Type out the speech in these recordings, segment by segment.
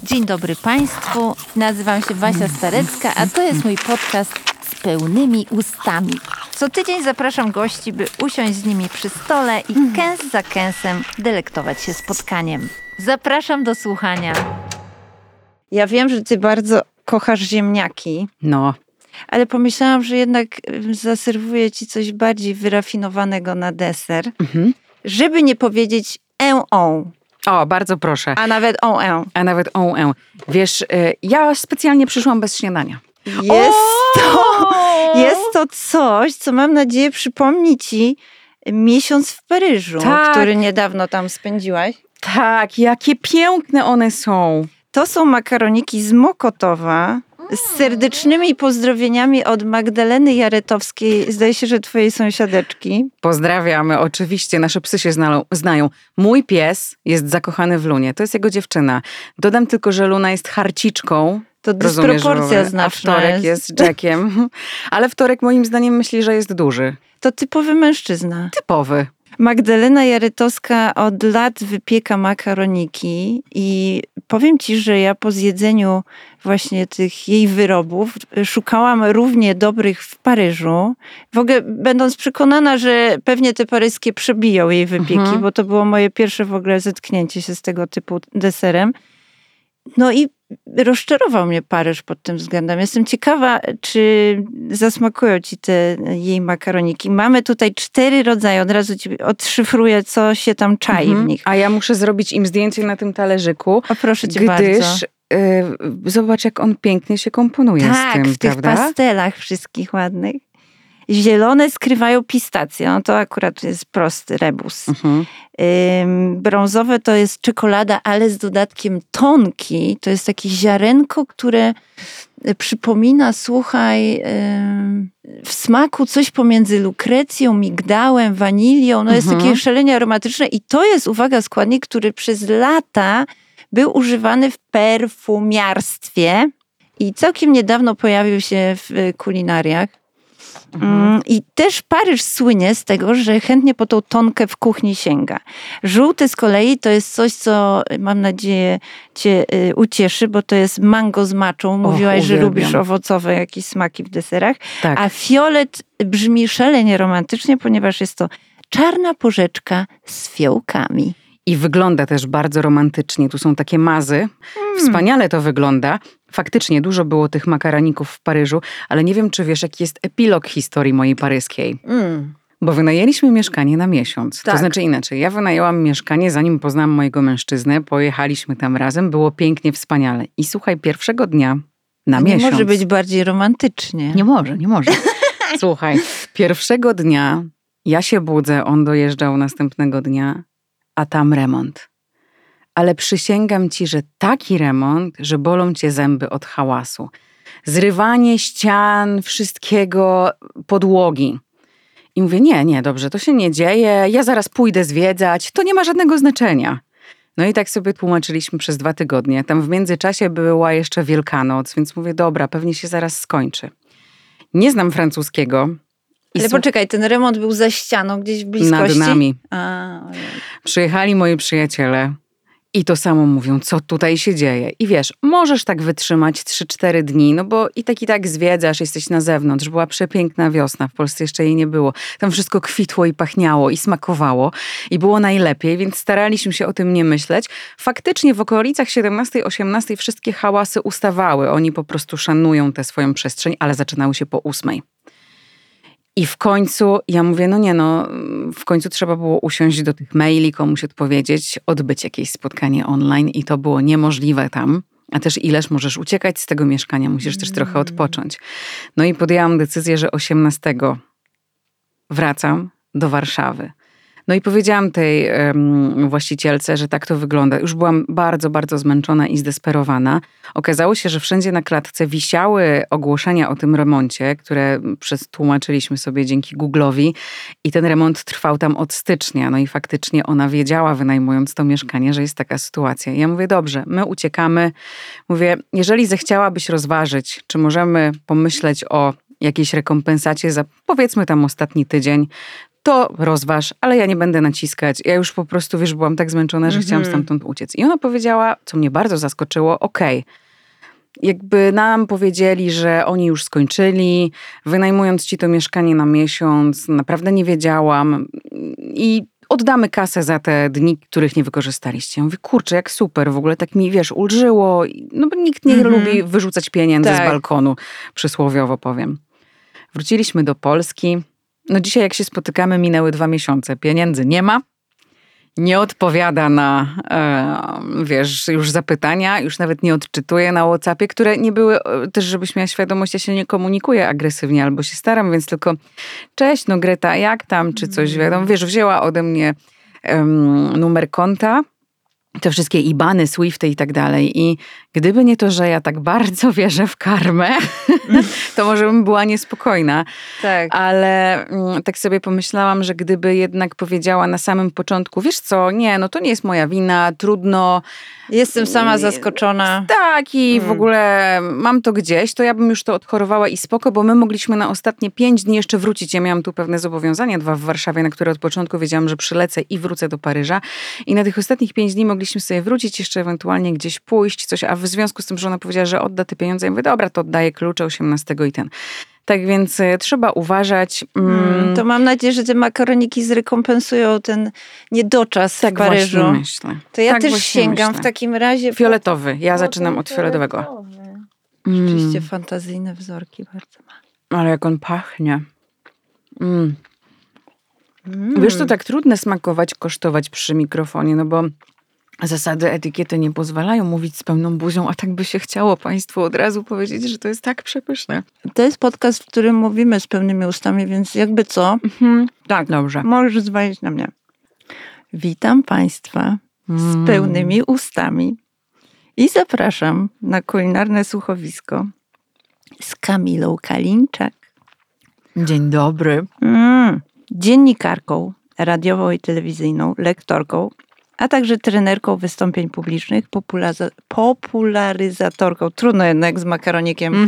Dzień dobry Państwu, nazywam się Basia Starecka, a to jest mój podcast z pełnymi ustami. Co tydzień zapraszam gości, by usiąść z nimi przy stole i kęs za kęsem delektować się spotkaniem. Zapraszam do słuchania. Ja wiem, że ty bardzo kochasz ziemniaki. No. Ale pomyślałam, że jednak zaserwuję ci coś bardziej wyrafinowanego na deser, żeby nie powiedzieć on. O, bardzo proszę. A nawet on. Wiesz, ja specjalnie przyszłam bez śniadania. Jest to coś, co mam nadzieję przypomni ci miesiąc w Paryżu, który niedawno tam spędziłaś. Tak, jakie piękne one są. To są makaroniki z Mokotowa z serdecznymi pozdrowieniami od Magdaleny Jaretowskiej, zdaje się, że twojej sąsiadeczki. Pozdrawiamy, oczywiście, nasze psy się znają. Mój pies jest zakochany w Lunie, to jest jego dziewczyna. Dodam tylko, że Luna jest harciczką. To dysproporcja znaczna. A Wtorek jest Jackiem. Ale Wtorek moim zdaniem myśli, że jest duży. To typowy mężczyzna. Typowy. Magdalena Jaretowska od lat wypieka makaroniki i powiem ci, że ja po zjedzeniu właśnie tych jej wyrobów szukałam równie dobrych w Paryżu. W ogóle będąc przekonana, że pewnie te paryskie przebiją jej wypieki, bo to było moje pierwsze w ogóle zetknięcie się z tego typu deserem. No i rozczarował mnie Paryż pod tym względem. Jestem ciekawa, czy zasmakują ci te jej makaroniki. Mamy tutaj 4 rodzaje. Od razu ci odszyfruję, co się tam czai w nich. A ja muszę zrobić im zdjęcie na tym talerzyku. O, proszę cię bardzo. Gdyż zobacz, jak on pięknie się komponuje z tym, w tych prawda? pastelach wszystkich ładnych. Zielone skrywają pistacje. No to akurat jest prosty rebus. Brązowe to jest czekolada, ale z dodatkiem tonki. To jest takie ziarenko, które przypomina, słuchaj, w smaku coś pomiędzy lukrecją, migdałem, wanilią. No jest takie szalenie aromatyczne i to jest, uwaga, składnik, który przez lata był używany w perfumiarstwie i całkiem niedawno pojawił się w kulinariach. I też Paryż słynie z tego, że chętnie po tą tonkę w kuchni sięga. Żółte z kolei to jest coś, co mam nadzieję cię ucieszy, bo to jest mango z maczą. Mówiłaś, że lubisz owocowe jakieś smaki w deserach. Tak. A fiolet brzmi szalenie romantycznie, ponieważ jest to czarna porzeczka z fiołkami. I wygląda też bardzo romantycznie. Tu są takie mazy. Wspaniale to wygląda. Faktycznie dużo było tych makaroników w Paryżu, ale nie wiem, czy wiesz, jaki jest epilog historii mojej paryskiej. Bo wynajęliśmy mieszkanie na miesiąc. Tak. To znaczy inaczej. Ja wynajęłam mieszkanie, zanim poznałam mojego mężczyznę. Pojechaliśmy tam razem. Było pięknie, wspaniale. I słuchaj, pierwszego dnia na miesiąc. Nie może być bardziej romantycznie. Nie może. Słuchaj, pierwszego dnia ja się budzę, on dojeżdżał następnego dnia, a tam remont. Ale przysięgam ci, że taki remont, że bolą cię zęby od hałasu. Zrywanie ścian, wszystkiego, podłogi. I mówię, nie, dobrze, to się nie dzieje, ja zaraz pójdę zwiedzać, to nie ma żadnego znaczenia. No i tak sobie tłumaczyliśmy przez 2 tygodnie. Tam w międzyczasie była jeszcze Wielkanoc, więc mówię, dobra, pewnie się zaraz skończy. Nie znam francuskiego. Ale poczekaj, ten remont był za ścianą, gdzieś w bliskości? Nad nami. Ojej. Przyjechali moi przyjaciele i to samo mówią, co tutaj się dzieje. I wiesz, możesz tak wytrzymać 3-4 dni, no bo i tak zwiedzasz, jesteś na zewnątrz. Była przepiękna wiosna, w Polsce jeszcze jej nie było. Tam wszystko kwitło i pachniało i smakowało i było najlepiej, więc staraliśmy się o tym nie myśleć. Faktycznie w okolicach 17-18 wszystkie hałasy ustawały. Oni po prostu szanują tę swoją przestrzeń, ale zaczynały się po 8. I w końcu ja mówię, w końcu trzeba było usiąść do tych maili, komuś odpowiedzieć, odbyć jakieś spotkanie online i to było niemożliwe tam. A też ileż możesz uciekać z tego mieszkania, musisz też trochę odpocząć. No i podjęłam decyzję, że 18 wracam do Warszawy. No i powiedziałam tej właścicielce, że tak to wygląda. Już byłam bardzo, bardzo zmęczona i zdesperowana. Okazało się, że wszędzie na klatce wisiały ogłoszenia o tym remoncie, które przetłumaczyliśmy sobie dzięki Google'owi i ten remont trwał tam od stycznia. No i faktycznie ona wiedziała, wynajmując to mieszkanie, że jest taka sytuacja. I ja mówię, dobrze, my uciekamy. Mówię, jeżeli zechciałabyś rozważyć, czy możemy pomyśleć o jakiejś rekompensacie za, powiedzmy tam ostatni tydzień, to rozważ, ale ja nie będę naciskać. Ja już po prostu, wiesz, byłam tak zmęczona, że chciałam stamtąd uciec. I ona powiedziała, co mnie bardzo zaskoczyło, okej, jakby nam powiedzieli, że oni już skończyli, wynajmując ci to mieszkanie na miesiąc, naprawdę nie wiedziałam i oddamy kasę za te dni, których nie wykorzystaliście. Ja mówię, kurczę, jak super, w ogóle tak mi, wiesz, ulżyło. No bo nikt nie lubi wyrzucać pieniędzy z balkonu, przysłowiowo powiem. Wróciliśmy do Polski. No dzisiaj jak się spotykamy, minęły 2 miesiące. Pieniędzy nie ma. Nie odpowiada na, wiesz, już zapytania, już nawet nie odczytuje na WhatsAppie, które nie były, też żebyś miała świadomość, ja się nie komunikuję agresywnie, albo się staram, więc tylko cześć, no Greta, jak tam, czy coś, wiadomo, wiesz, wzięła ode mnie numer konta, te wszystkie IBANy, Swifty i tak dalej. I gdyby nie to, że ja tak bardzo wierzę w karmę, to może bym była niespokojna. Tak. Ale tak sobie pomyślałam, że gdyby jednak powiedziała na samym początku, wiesz co, nie, no to nie jest moja wina, trudno. Jestem sama zaskoczona. Tak i w ogóle mam to gdzieś, to ja bym już to odchorowała i spoko, bo my mogliśmy na ostatnie 5 dni jeszcze wrócić. Ja miałam tu pewne zobowiązania, 2 w Warszawie, na które od początku wiedziałam, że przylecę i wrócę do Paryża. I na tych ostatnich 5 dni mogliśmy sobie wrócić, jeszcze ewentualnie gdzieś pójść, coś, a w związku z tym, że ona powiedziała, że odda te pieniądze, ja mówię, dobra, to oddaję klucze 18 i ten. Tak więc trzeba uważać. To mam nadzieję, że te makaroniki zrekompensują ten niedoczas w Paryżu. Tak właśnie myślę. To ja tak też sięgam w takim razie. Fioletowy. Ja zaczynam od fioletowego. Rzeczywiście fantazyjne wzorki bardzo ma. Ale jak on pachnie. Wiesz, to tak trudne smakować, kosztować przy mikrofonie, no bo zasady etykiety nie pozwalają mówić z pełną buzią, a tak by się chciało Państwu od razu powiedzieć, że to jest tak przepyszne. To jest podcast, w którym mówimy z pełnymi ustami, więc jakby co? Tak, dobrze. Możesz zwalić na mnie. Witam Państwa z pełnymi ustami i zapraszam na kulinarne słuchowisko z Kamilą Kalinczak. Dzień dobry. Dziennikarką radiową i telewizyjną, lektorką, a także trenerką wystąpień publicznych, popularyzatorką, trudno jednak z makaronikiem,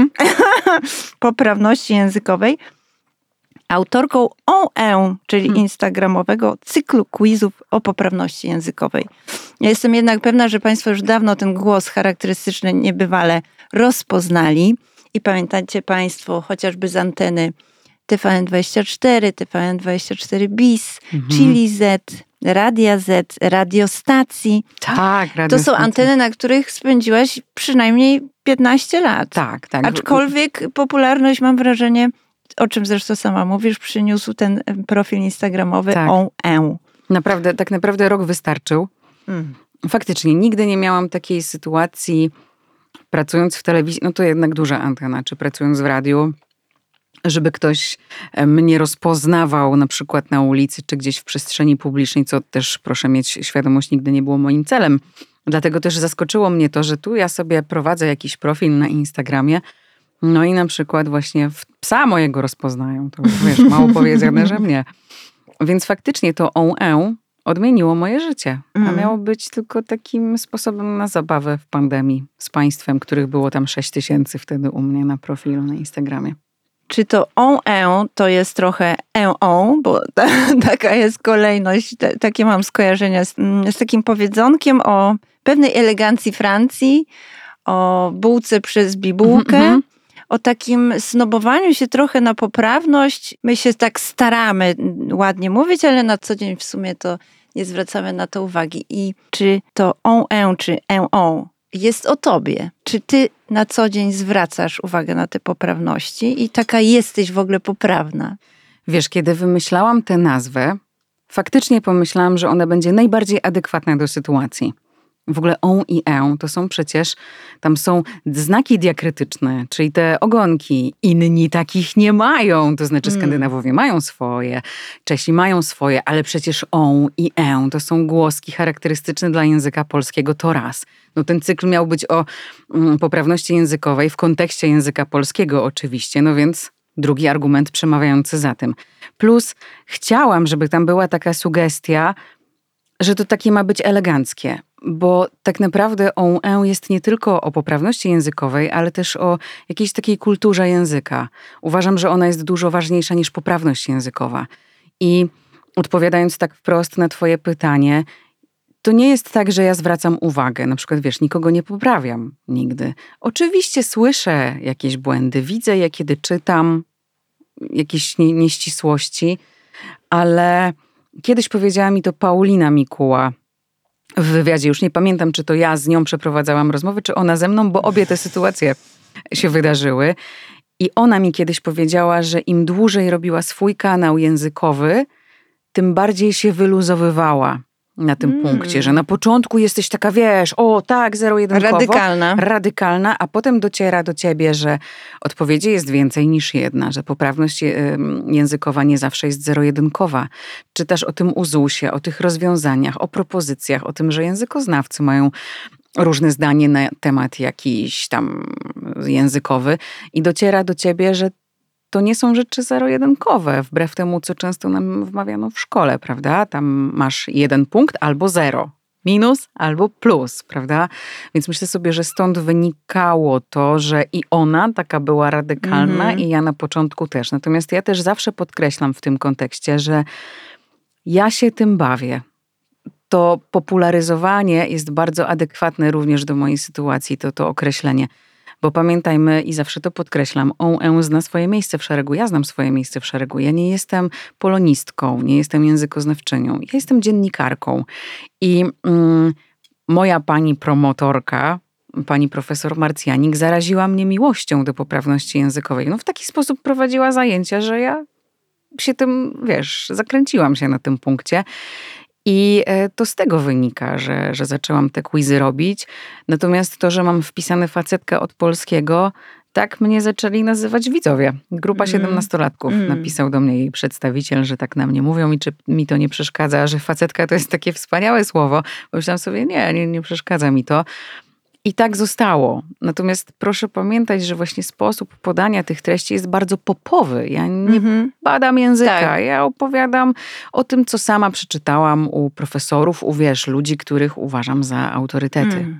poprawności językowej, autorką OE, czyli instagramowego cyklu quizów o poprawności językowej. Ja jestem jednak pewna, że Państwo już dawno ten głos charakterystyczny niebywale rozpoznali i pamiętacie Państwo chociażby z anteny TVN24, TVN24 BIS, Chili Z, Radia Z, radiostacji. Tak, to są anteny, na których spędziłaś przynajmniej 15 lat. Tak, tak. Aczkolwiek popularność, mam wrażenie, o czym zresztą sama mówisz, przyniósł ten profil instagramowy OE. Naprawdę, tak naprawdę rok wystarczył. Faktycznie, nigdy nie miałam takiej sytuacji, pracując w telewizji, no to jednak duża antena, czy pracując w radiu, żeby ktoś mnie rozpoznawał na przykład na ulicy, czy gdzieś w przestrzeni publicznej, co też, proszę mieć świadomość, nigdy nie było moim celem. Dlatego też zaskoczyło mnie to, że tu ja sobie prowadzę jakiś profil na Instagramie, no i na przykład właśnie psa mojego rozpoznają. To wiesz, mało powiedziane, że mnie. Więc faktycznie to OE odmieniło moje życie. A miało być tylko takim sposobem na zabawę w pandemii z państwem, których było tam 6000 wtedy u mnie na profilu na Instagramie. Czy to OE to jest trochę EO, bo taka jest kolejność, takie mam skojarzenia z takim powiedzonkiem o pewnej elegancji Francji, o bułce przez bibułkę, o takim snobowaniu się trochę na poprawność. My się tak staramy ładnie mówić, ale na co dzień w sumie to nie zwracamy na to uwagi. I czy to OE czy EO jest o tobie? Czy ty na co dzień zwracasz uwagę na te poprawności i taka jesteś w ogóle poprawna? Wiesz, kiedy wymyślałam tę nazwę, faktycznie pomyślałam, że ona będzie najbardziej adekwatna do sytuacji. W ogóle on i to są przecież, tam są znaki diakrytyczne, czyli te ogonki. Inni takich nie mają, to znaczy Skandynawowie mają swoje, Czesi mają swoje, ale przecież on i to są głoski charakterystyczne dla języka polskiego, to raz. No ten cykl miał być o poprawności językowej w kontekście języka polskiego oczywiście, no więc drugi argument przemawiający za tym. Plus chciałam, żeby tam była taka sugestia, że to takie ma być eleganckie, bo tak naprawdę OE jest nie tylko o poprawności językowej, ale też o jakiejś takiej kulturze języka. Uważam, że ona jest dużo ważniejsza niż poprawność językowa. I odpowiadając tak wprost na twoje pytanie, to nie jest tak, że ja zwracam uwagę. Na przykład, wiesz, nikogo nie poprawiam nigdy. Oczywiście słyszę jakieś błędy, widzę je, kiedy czytam jakieś nieścisłości, ale kiedyś powiedziała mi to Paulina Mikuła w wywiadzie. Już nie pamiętam, czy to ja z nią przeprowadzałam rozmowę, czy ona ze mną, bo obie te sytuacje się wydarzyły. I ona mi kiedyś powiedziała, że im dłużej robiła swój kanał językowy, tym bardziej się wyluzowywała na tym punkcie, że na początku jesteś taka, wiesz, o tak, zero-jedynkowo. Radykalna, a potem dociera do ciebie, że odpowiedzi jest więcej niż jedna, że poprawność językowa nie zawsze jest zero-jedynkowa. Czytasz o tym uzusie, o tych rozwiązaniach, o propozycjach, o tym, że językoznawcy mają różne zdanie na temat jakiś tam językowy i dociera do ciebie, że to nie są rzeczy zero-jedynkowe, wbrew temu, co często nam wmawiano w szkole, prawda? Tam masz 1 punkt albo 0, minus albo plus, prawda? Więc myślę sobie, że stąd wynikało to, że i ona taka była radykalna i ja na początku też. Natomiast ja też zawsze podkreślam w tym kontekście, że ja się tym bawię. To popularyzowanie jest bardzo adekwatne również do mojej sytuacji, to określenie. Bo pamiętajmy, i zawsze to podkreślam, on zna swoje miejsce w szeregu. Ja znam swoje miejsce w szeregu. Ja nie jestem polonistką, nie jestem językoznawczynią. Ja jestem dziennikarką. I moja pani promotorka, pani profesor Marcjanik, zaraziła mnie miłością do poprawności językowej. No w taki sposób prowadziła zajęcia, że ja się tym, wiesz, zakręciłam się na tym punkcie. I to z tego wynika, że zaczęłam te quizy robić. Natomiast to, że mam wpisane facetkę od polskiego, tak mnie zaczęli nazywać widzowie. Grupa 17-latków. Napisał do mnie jej przedstawiciel, że tak na mnie mówią i czy mi to nie przeszkadza, że facetka to jest takie wspaniałe słowo. Myślałam sobie, nie przeszkadza mi to. I tak zostało. Natomiast proszę pamiętać, że właśnie sposób podania tych treści jest bardzo popowy. Ja nie badam języka. Tak. Ja opowiadam o tym, co sama przeczytałam u profesorów, u ludzi, których uważam za autorytety.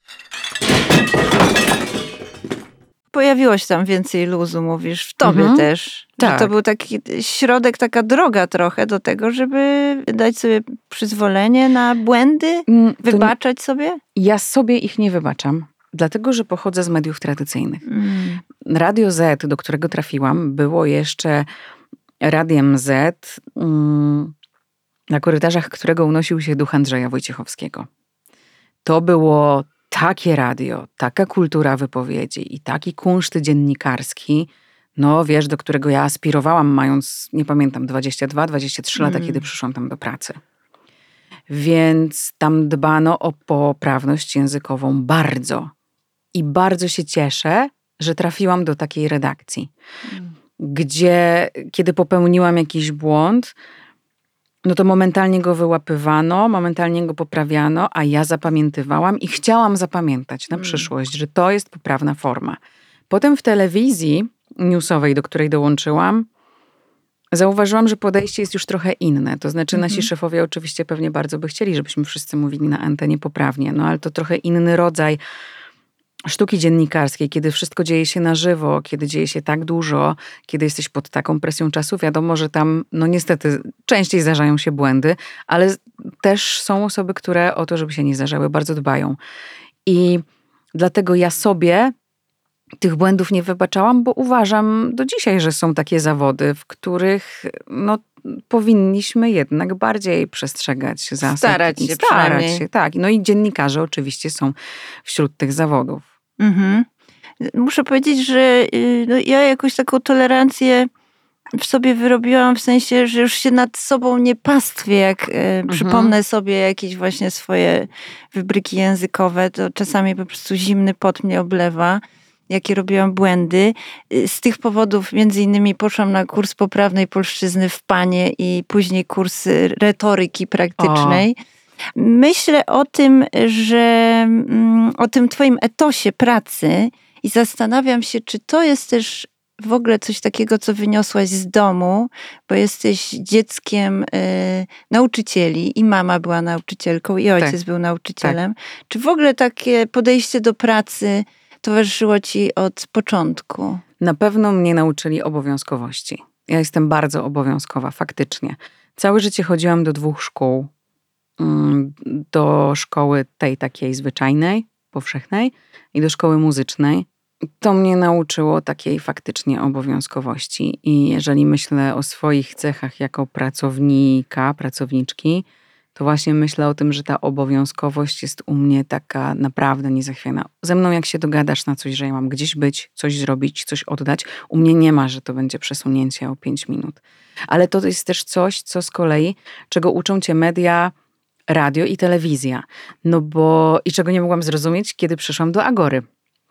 Pojawiło się tam więcej luzu, mówisz, w tobie też. Tak. Że to był taki środek, taka droga trochę do tego, żeby dać sobie przyzwolenie na błędy, wybaczać sobie? Ja sobie ich nie wybaczam, dlatego że pochodzę z mediów tradycyjnych. Radio Z, do którego trafiłam, było jeszcze Radiem Z, na korytarzach którego unosił się duch Andrzeja Wojciechowskiego. To było takie radio, taka kultura wypowiedzi i taki kunszt dziennikarski, no wiesz, do którego ja aspirowałam mając, nie pamiętam, 22-23 lata, kiedy przyszłam tam do pracy. Więc tam dbano o poprawność językową bardzo. I bardzo się cieszę, że trafiłam do takiej redakcji, gdzie kiedy popełniłam jakiś błąd, no to momentalnie go wyłapywano, momentalnie go poprawiano, a ja zapamiętywałam i chciałam zapamiętać na przyszłość, że to jest poprawna forma. Potem w telewizji newsowej, do której dołączyłam, zauważyłam, że podejście jest już trochę inne. To znaczy nasi szefowie oczywiście pewnie bardzo by chcieli, żebyśmy wszyscy mówili na antenie poprawnie, no ale to trochę inny rodzaj sztuki dziennikarskiej, kiedy wszystko dzieje się na żywo, kiedy dzieje się tak dużo, kiedy jesteś pod taką presją czasu, wiadomo, że tam, no niestety, częściej zdarzają się błędy, ale też są osoby, które o to, żeby się nie zdarzały, bardzo dbają. I dlatego ja sobie tych błędów nie wybaczałam, bo uważam do dzisiaj, że są takie zawody, w których no, powinniśmy jednak bardziej przestrzegać zasad. Starać się, tak. No i dziennikarze oczywiście są wśród tych zawodów. Muszę powiedzieć, że no, ja jakąś taką tolerancję w sobie wyrobiłam, w sensie, że już się nad sobą nie pastwię, jak przypomnę sobie jakieś właśnie swoje wybryki językowe, to czasami po prostu zimny pot mnie oblewa, jakie robiłam błędy. Z tych powodów między innymi poszłam na kurs poprawnej polszczyzny w PAN-ie i później kurs retoryki praktycznej. Myślę o tym, że o tym twoim etosie pracy i zastanawiam się, czy to jest też w ogóle coś takiego, co wyniosłaś z domu, bo jesteś dzieckiem nauczycieli i mama była nauczycielką i ojciec był nauczycielem. Tak. Czy w ogóle takie podejście do pracy towarzyszyło ci od początku? Na pewno mnie nauczyli obowiązkowości. Ja jestem bardzo obowiązkowa, faktycznie. Całe życie chodziłam do 2 szkół. Do szkoły tej takiej zwyczajnej, powszechnej i do szkoły muzycznej. To mnie nauczyło takiej faktycznie obowiązkowości. I jeżeli myślę o swoich cechach jako pracownika, pracowniczki, to właśnie myślę o tym, że ta obowiązkowość jest u mnie taka naprawdę niezachwiana. Ze mną jak się dogadasz na coś, że ja mam gdzieś być, coś zrobić, coś oddać, u mnie nie ma, że to będzie przesunięcie o 5 minut. Ale to jest też coś, co z kolei, czego uczą cię media, radio i telewizja. No bo, i czego nie mogłam zrozumieć, kiedy przyszłam do Agory.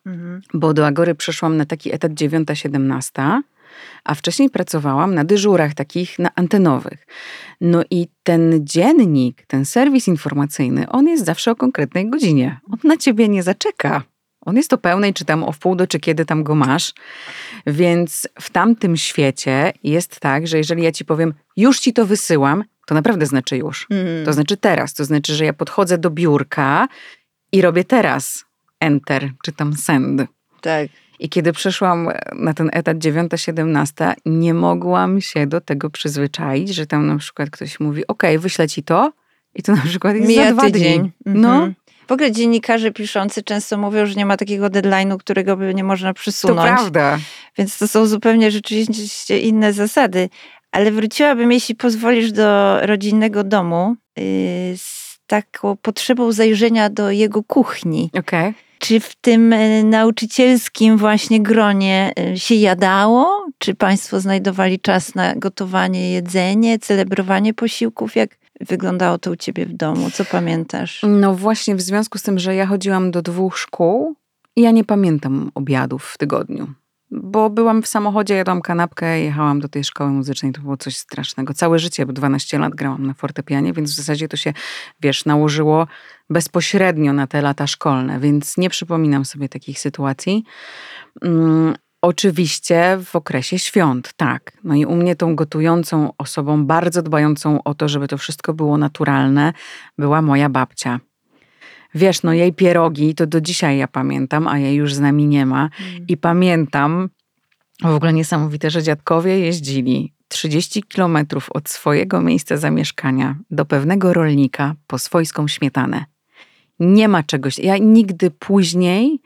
Bo do Agory przyszłam na taki etat 9-17, a wcześniej pracowałam na dyżurach takich antenowych. No i ten dziennik, ten serwis informacyjny, on jest zawsze o konkretnej godzinie. On na ciebie nie zaczeka. On jest o pełnej, czy tam o wpół do, czy kiedy tam go masz. Więc w tamtym świecie jest tak, że jeżeli ja ci powiem, już ci to wysyłam, to naprawdę znaczy już. To znaczy teraz. To znaczy, że ja podchodzę do biurka i robię teraz enter, czy tam send. Tak. I kiedy przyszłam na ten etat 9-17, nie mogłam się do tego przyzwyczaić, że tam na przykład ktoś mówi, okej, wyślę ci to i to na przykład jest Mija za 2 dni. No. W ogóle dziennikarze piszący często mówią, że nie ma takiego deadline'u, którego by nie można przesunąć. To prawda. Więc to są zupełnie rzeczywiście inne zasady. Ale wróciłabym, jeśli pozwolisz, do rodzinnego domu z taką potrzebą zajrzenia do jego kuchni. Okej. Czy w tym nauczycielskim właśnie gronie się jadało? Czy państwo znajdowali czas na gotowanie, jedzenie, celebrowanie posiłków? Jak wyglądało to u ciebie w domu? Co pamiętasz? No właśnie w związku z tym, że ja chodziłam do 2 szkół i ja nie pamiętam obiadów w tygodniu. Bo byłam w samochodzie, jadłam kanapkę, jechałam do tej szkoły muzycznej, to było coś strasznego. Całe życie, bo 12 lat grałam na fortepianie, więc w zasadzie to się, nałożyło bezpośrednio na te lata szkolne, więc nie przypominam sobie takich sytuacji. Oczywiście w okresie świąt, tak. No i u mnie tą gotującą osobą, bardzo dbającą o to, żeby to wszystko było naturalne, była moja babcia. Wiesz, no jej pierogi, to do dzisiaj ja pamiętam, a jej już z nami nie ma. I pamiętam, w ogóle niesamowite, że dziadkowie jeździli 30 kilometrów od swojego miejsca zamieszkania do pewnego rolnika po swojską śmietanę. Nie ma czegoś. Ja nigdy później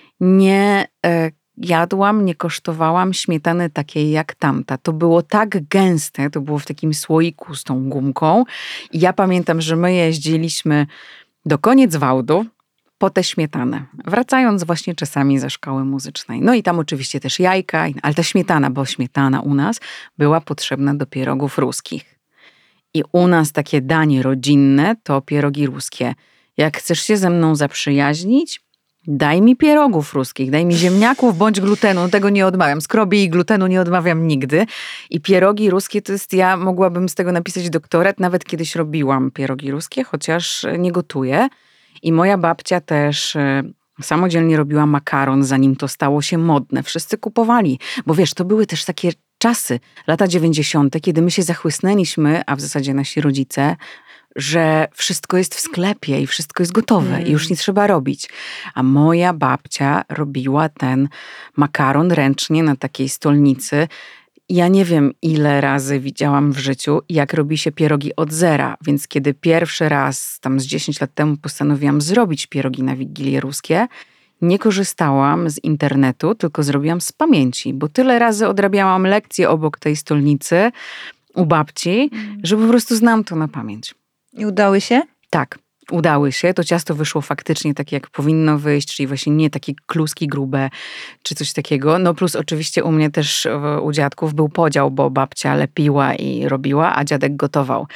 nie jadłam, nie kosztowałam śmietany takiej jak tamta. To było tak gęste, to było w takim słoiku z tą gumką. I ja pamiętam, że my jeździliśmy do Koniecwałdu po tę śmietanę. Wracając właśnie czasami ze szkoły muzycznej. No i tam oczywiście też jajka, ale ta śmietana, bo śmietana u nas była potrzebna do pierogów ruskich. I u nas takie danie rodzinne to pierogi ruskie. Jak chcesz się ze mną zaprzyjaźnić, daj mi pierogów ruskich, daj mi ziemniaków bądź glutenu. Tego nie odmawiam. Skrobi i glutenu nie odmawiam nigdy. I pierogi ruskie to jest, ja mogłabym z tego napisać doktorat. Nawet kiedyś robiłam pierogi ruskie, chociaż nie gotuję. I moja babcia też samodzielnie robiła makaron, zanim to stało się modne. Wszyscy kupowali. Bo wiesz, to były też takie czasy, lata 90., kiedy my się zachłysnęliśmy, a w zasadzie nasi rodzice, że wszystko jest w sklepie i wszystko jest gotowe i już nie trzeba robić. A moja babcia robiła ten makaron ręcznie na takiej stolnicy. Ja nie wiem, ile razy widziałam w życiu, jak robi się pierogi od zera. Więc kiedy pierwszy raz, tam z 10 lat temu postanowiłam zrobić pierogi na Wigilię ruskie, nie korzystałam z internetu, tylko zrobiłam z pamięci. Bo tyle razy odrabiałam lekcje obok tej stolnicy u babci, że po prostu znam to na pamięć. I udały się? Tak, udały się. To ciasto wyszło faktycznie takie, jak powinno wyjść, czyli właśnie nie takie kluski grube, czy coś takiego. No plus oczywiście u mnie też, u dziadków był podział, bo babcia lepiła i robiła, a dziadek gotował.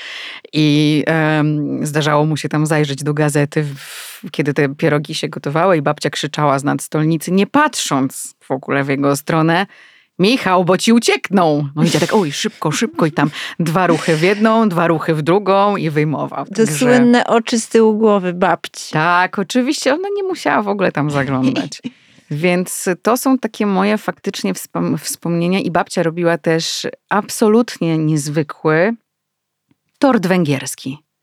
I zdarzało mu się tam zajrzeć do gazety, kiedy te pierogi się gotowały i babcia krzyczała z nad stolnicy, nie patrząc w ogóle w jego stronę: Michał, bo ci uciekną. No i dziadek, oj, szybko, szybko. I tam 2 ruchy w jedną, 2 ruchy w drugą i wyjmował. To słynne oczy z tyłu głowy babci. Tak, oczywiście. Ona nie musiała w ogóle tam zaglądać. Więc to są takie moje faktycznie wspomnienia. I babcia robiła też absolutnie niezwykły tort węgierski.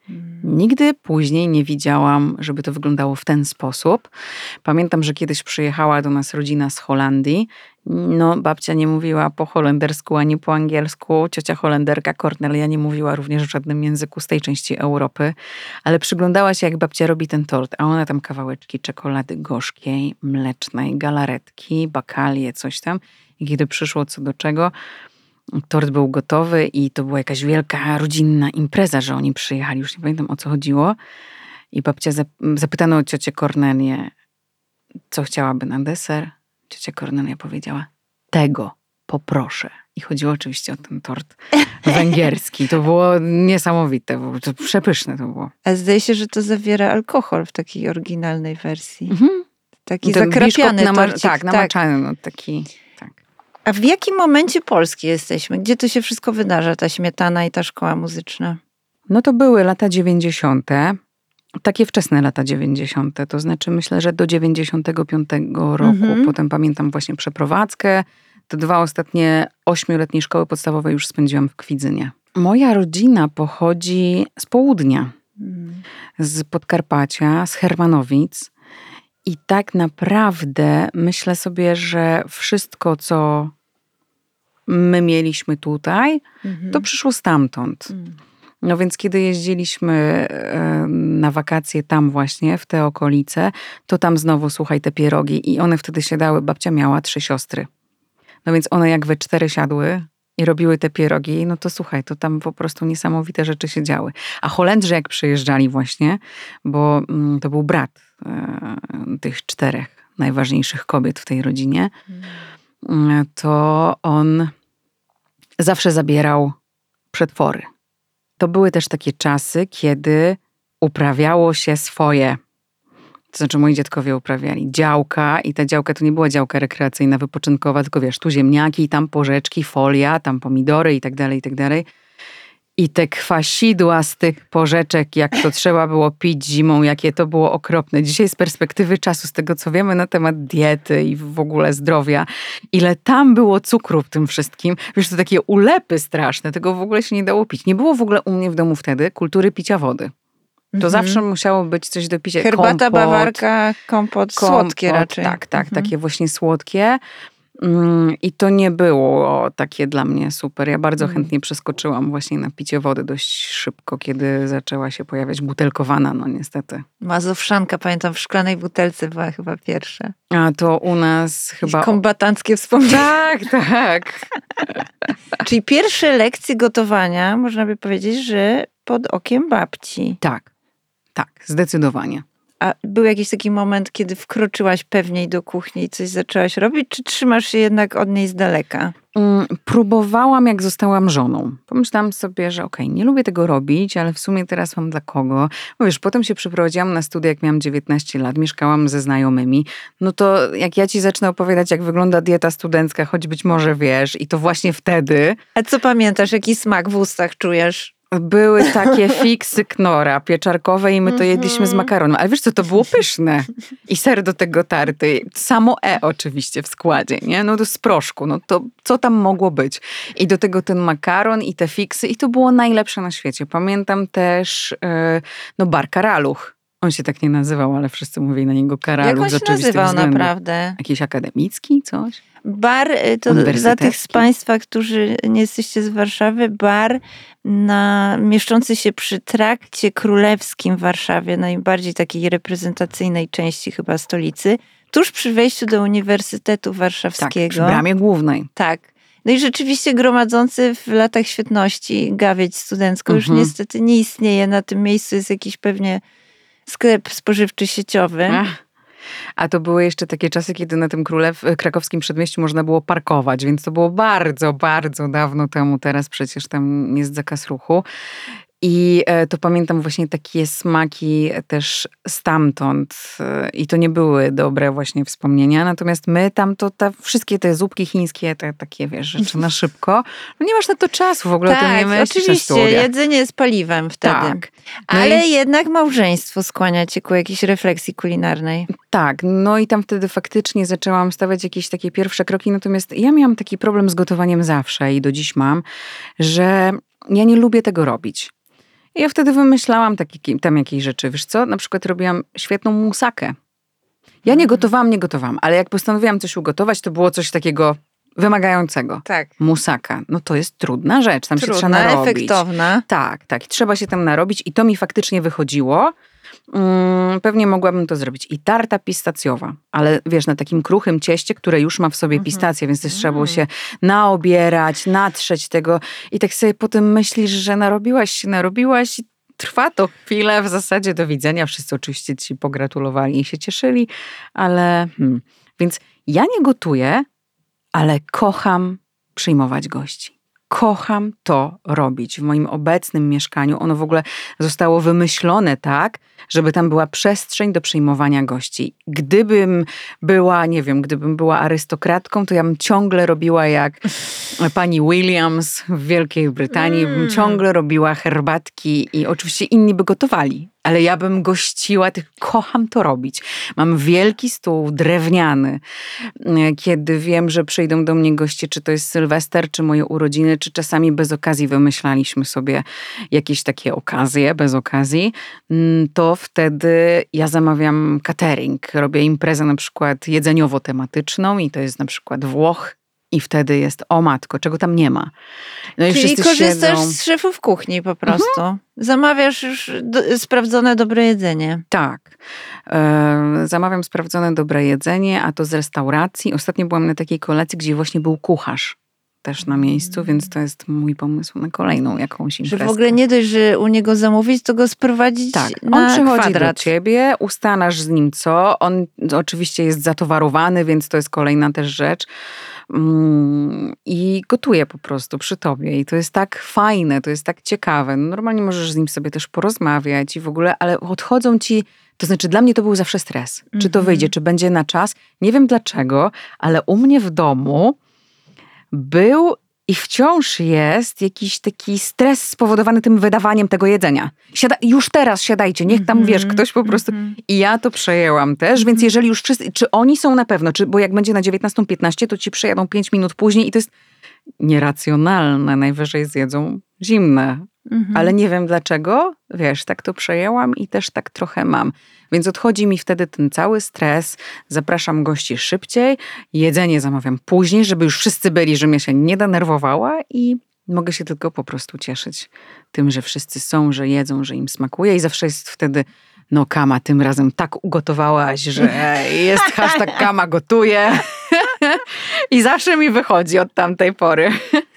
Nigdy później nie widziałam, żeby to wyglądało w ten sposób. Pamiętam, że kiedyś przyjechała do nas rodzina z Holandii. No, babcia nie mówiła po holendersku ani po angielsku. Ciocia Holenderka Kornelia nie mówiła również w żadnym języku z tej części Europy. Ale przyglądała się, jak babcia robi ten tort. A ona tam kawałeczki czekolady gorzkiej, mlecznej, galaretki, bakalie, coś tam. I kiedy przyszło co do czego, tort był gotowy i to była jakaś wielka rodzinna impreza, że oni przyjechali. Już nie pamiętam, o co chodziło. I babcia zapytano ciocię Kornelię, co chciałaby na deser. Ciocia Kornelia powiedziała, tego poproszę. I chodziło oczywiście o ten tort węgierski. To było niesamowite, to przepyszne to było. A zdaje się, że to zawiera alkohol w takiej oryginalnej wersji. Taki Ten zakrapiany torcik. Tak, namaczany. No, taki, tak. A w jakim momencie Polski jesteśmy? Gdzie to się wszystko wydarza, ta śmietana i ta szkoła muzyczna? No to były lata 90. Takie wczesne lata 90. To znaczy myślę, że do 95 roku. Potem pamiętam właśnie przeprowadzkę. Te 2 ostatnie 8-letnie szkoły podstawowe już spędziłam w Kwidzynie. Moja rodzina pochodzi z południa. Z Podkarpacia, z Hermanowic. I tak naprawdę myślę sobie, że wszystko, co my mieliśmy tutaj, to przyszło stamtąd. No więc kiedy jeździliśmy na wakacje tam właśnie, w te okolice, to tam znowu, słuchaj, te pierogi i one wtedy siadały, babcia miała 3 siostry. No więc one jak we 4 siadły i robiły te pierogi, no to słuchaj, to tam po prostu niesamowite rzeczy się działy. A Holendrzy jak przyjeżdżali właśnie, bo to był brat tych 4 najważniejszych kobiet w tej rodzinie, to on zawsze zabierał przetwory. To były też takie czasy, kiedy uprawiało się swoje. To znaczy moi dziadkowie uprawiali działka i ta działka to nie była działka rekreacyjna, wypoczynkowa, tylko wiesz, tu ziemniaki, tam porzeczki, folia, tam pomidory i tak dalej, i tak dalej. I te kwasidła z tych porzeczek, jak to trzeba było pić zimą, jakie to było okropne. Dzisiaj z perspektywy czasu, z tego co wiemy na temat diety i w ogóle zdrowia, ile tam było cukru w tym wszystkim. Wiesz, to takie ulepy straszne, tego w ogóle się nie dało pić. Nie było w ogóle u mnie w domu wtedy kultury picia wody. To zawsze musiało być coś do picia. Herbata, bawarka, kompot, słodkie raczej. Tak, takie właśnie słodkie. I to nie było takie dla mnie super. Ja bardzo chętnie przeskoczyłam właśnie na picie wody dość szybko, kiedy zaczęła się pojawiać butelkowana, no niestety. Mazowszanka, pamiętam, w szklanej butelce była chyba pierwsza. A to u nas chyba... Kombatanckie wspomnienia. Tak. Czyli pierwsze lekcje gotowania, można by powiedzieć, że pod okiem babci. Tak, zdecydowanie. A był jakiś taki moment, kiedy wkroczyłaś pewniej do kuchni i coś zaczęłaś robić, czy trzymasz się jednak od niej z daleka? Próbowałam, jak zostałam żoną. Pomyślałam sobie, że nie lubię tego robić, ale w sumie teraz mam dla kogo. Bo wiesz, potem się przeprowadziłam na studia, jak miałam 19 lat, mieszkałam ze znajomymi. No to jak ja ci zacznę opowiadać, jak wygląda dieta studencka, choć być może wiesz, i to właśnie wtedy... A co pamiętasz, jaki smak w ustach czujesz? Były takie fiksy knora pieczarkowe i my to jedliśmy z makaronem. Ale wiesz co, to było pyszne. I ser do tego tarty. Samo oczywiście w składzie, nie? No to z proszku, no to co tam mogło być? I do tego ten makaron i te fiksy i to było najlepsze na świecie. Pamiętam też bar Karaluch. On się tak nie nazywał, ale wszyscy mówili na niego Karaluch. Jak on się nazywał naprawdę? Jakiś akademicki, coś? Bar, to dla tych z Państwa, którzy nie jesteście z Warszawy, bar mieszczący się przy Trakcie Królewskim w Warszawie, najbardziej takiej reprezentacyjnej części chyba stolicy, tuż przy wejściu do Uniwersytetu Warszawskiego. Tak, przy bramie głównej. Tak. No i rzeczywiście gromadzący w latach świetności gawieć studencką już niestety nie istnieje. Na tym miejscu jest jakiś pewnie sklep spożywczy sieciowy. A to były jeszcze takie czasy, kiedy na tym krakowskim przedmieściu można było parkować, więc to było bardzo, bardzo dawno temu. Teraz przecież tam jest zakaz ruchu. I to pamiętam właśnie takie smaki też stamtąd i to nie były dobre właśnie wspomnienia. Natomiast my tam wszystkie te zupki chińskie, te takie wiesz, rzeczy na szybko, no nie masz na to czasu w ogóle, to nie myślisz oczywiście, na studiach. jedzenie jest paliwem wtedy. Tak. Ale jednak małżeństwo skłania cię ku jakiejś refleksji kulinarnej. Tak, no i tam wtedy faktycznie zaczęłam stawiać jakieś takie pierwsze kroki, natomiast ja miałam taki problem z gotowaniem zawsze i do dziś mam, że ja nie lubię tego robić. I ja wtedy wymyślałam tam jakieś rzeczy. Wiesz co? Na przykład robiłam świetną musakę. Ja nie gotowałam, ale jak postanowiłam coś ugotować, to było coś takiego wymagającego. Tak. Musaka. No to jest trudna rzecz, tam się trzeba narobić. Efektowna. Tak. Trzeba się tam narobić i to mi faktycznie wychodziło. Pewnie mogłabym to zrobić. I tarta pistacjowa, ale wiesz, na takim kruchym cieście, które już ma w sobie pistację, więc też trzeba było się naobierać, natrzeć tego i tak sobie potem myślisz, że narobiłaś i trwa to chwilę, w zasadzie do widzenia. Wszyscy oczywiście ci pogratulowali i się cieszyli, ale Więc ja nie gotuję, ale kocham przyjmować gości. Kocham to robić. W moim obecnym mieszkaniu ono w ogóle zostało wymyślone tak, żeby tam była przestrzeń do przyjmowania gości. Gdybym była arystokratką, to ja bym ciągle robiła jak pani Williams w Wielkiej Brytanii, bym ciągle robiła herbatki i oczywiście inni by gotowali. Ale ja bym gościła, kocham to robić. Mam wielki stół drewniany. Kiedy wiem, że przyjdą do mnie goście, czy to jest Sylwester, czy moje urodziny, czy czasami bez okazji wymyślaliśmy sobie jakieś takie okazje, bez okazji, to wtedy ja zamawiam catering. Robię imprezę na przykład jedzeniowo-tematyczną i to jest na przykład Włoch. I wtedy jest, o matko, czego tam nie ma. No Czyli korzystasz z szefów kuchni po prostu. Zamawiasz już sprawdzone, dobre jedzenie. Tak. Zamawiam sprawdzone, dobre jedzenie, a to z restauracji. Ostatnio byłam na takiej kolacji, gdzie właśnie był kucharz też na miejscu, więc to jest mój pomysł na kolejną jakąś imprezkę. Że w ogóle nie dość, że u niego zamówić, to go sprowadzić tak, na on przychodzi kwadrat. do ciebie, ustanasz z nim co. On oczywiście jest zatowarowany, więc to jest kolejna też rzecz. I gotuje po prostu przy tobie. I to jest tak fajne, to jest tak ciekawe. No, normalnie możesz z nim sobie też porozmawiać i w ogóle, ale odchodzą ci, to znaczy dla mnie to był zawsze stres. Czy to wyjdzie, czy będzie na czas. Nie wiem dlaczego, ale u mnie w domu był i wciąż jest jakiś taki stres spowodowany tym wydawaniem tego jedzenia. Już teraz siadajcie, niech tam, wiesz, ktoś po prostu... I ja to przejęłam też, więc jeżeli już wszyscy... Czy oni są na pewno, bo jak będzie na 19:15, to ci przyjadą 5 minut później i to jest nieracjonalne. Najwyżej zjedzą zimne. Ale nie wiem dlaczego, wiesz, tak to przejęłam i też tak trochę mam. Więc odchodzi mi wtedy ten cały stres, zapraszam gości szybciej, jedzenie zamawiam później, żeby już wszyscy byli, żebym ja się nie denerwowała i mogę się tylko po prostu cieszyć tym, że wszyscy są, że jedzą, że im smakuje i zawsze jest wtedy, no Kama, tym razem tak ugotowałaś, że jest hashtag Kama gotuje i zawsze mi wychodzi od tamtej pory.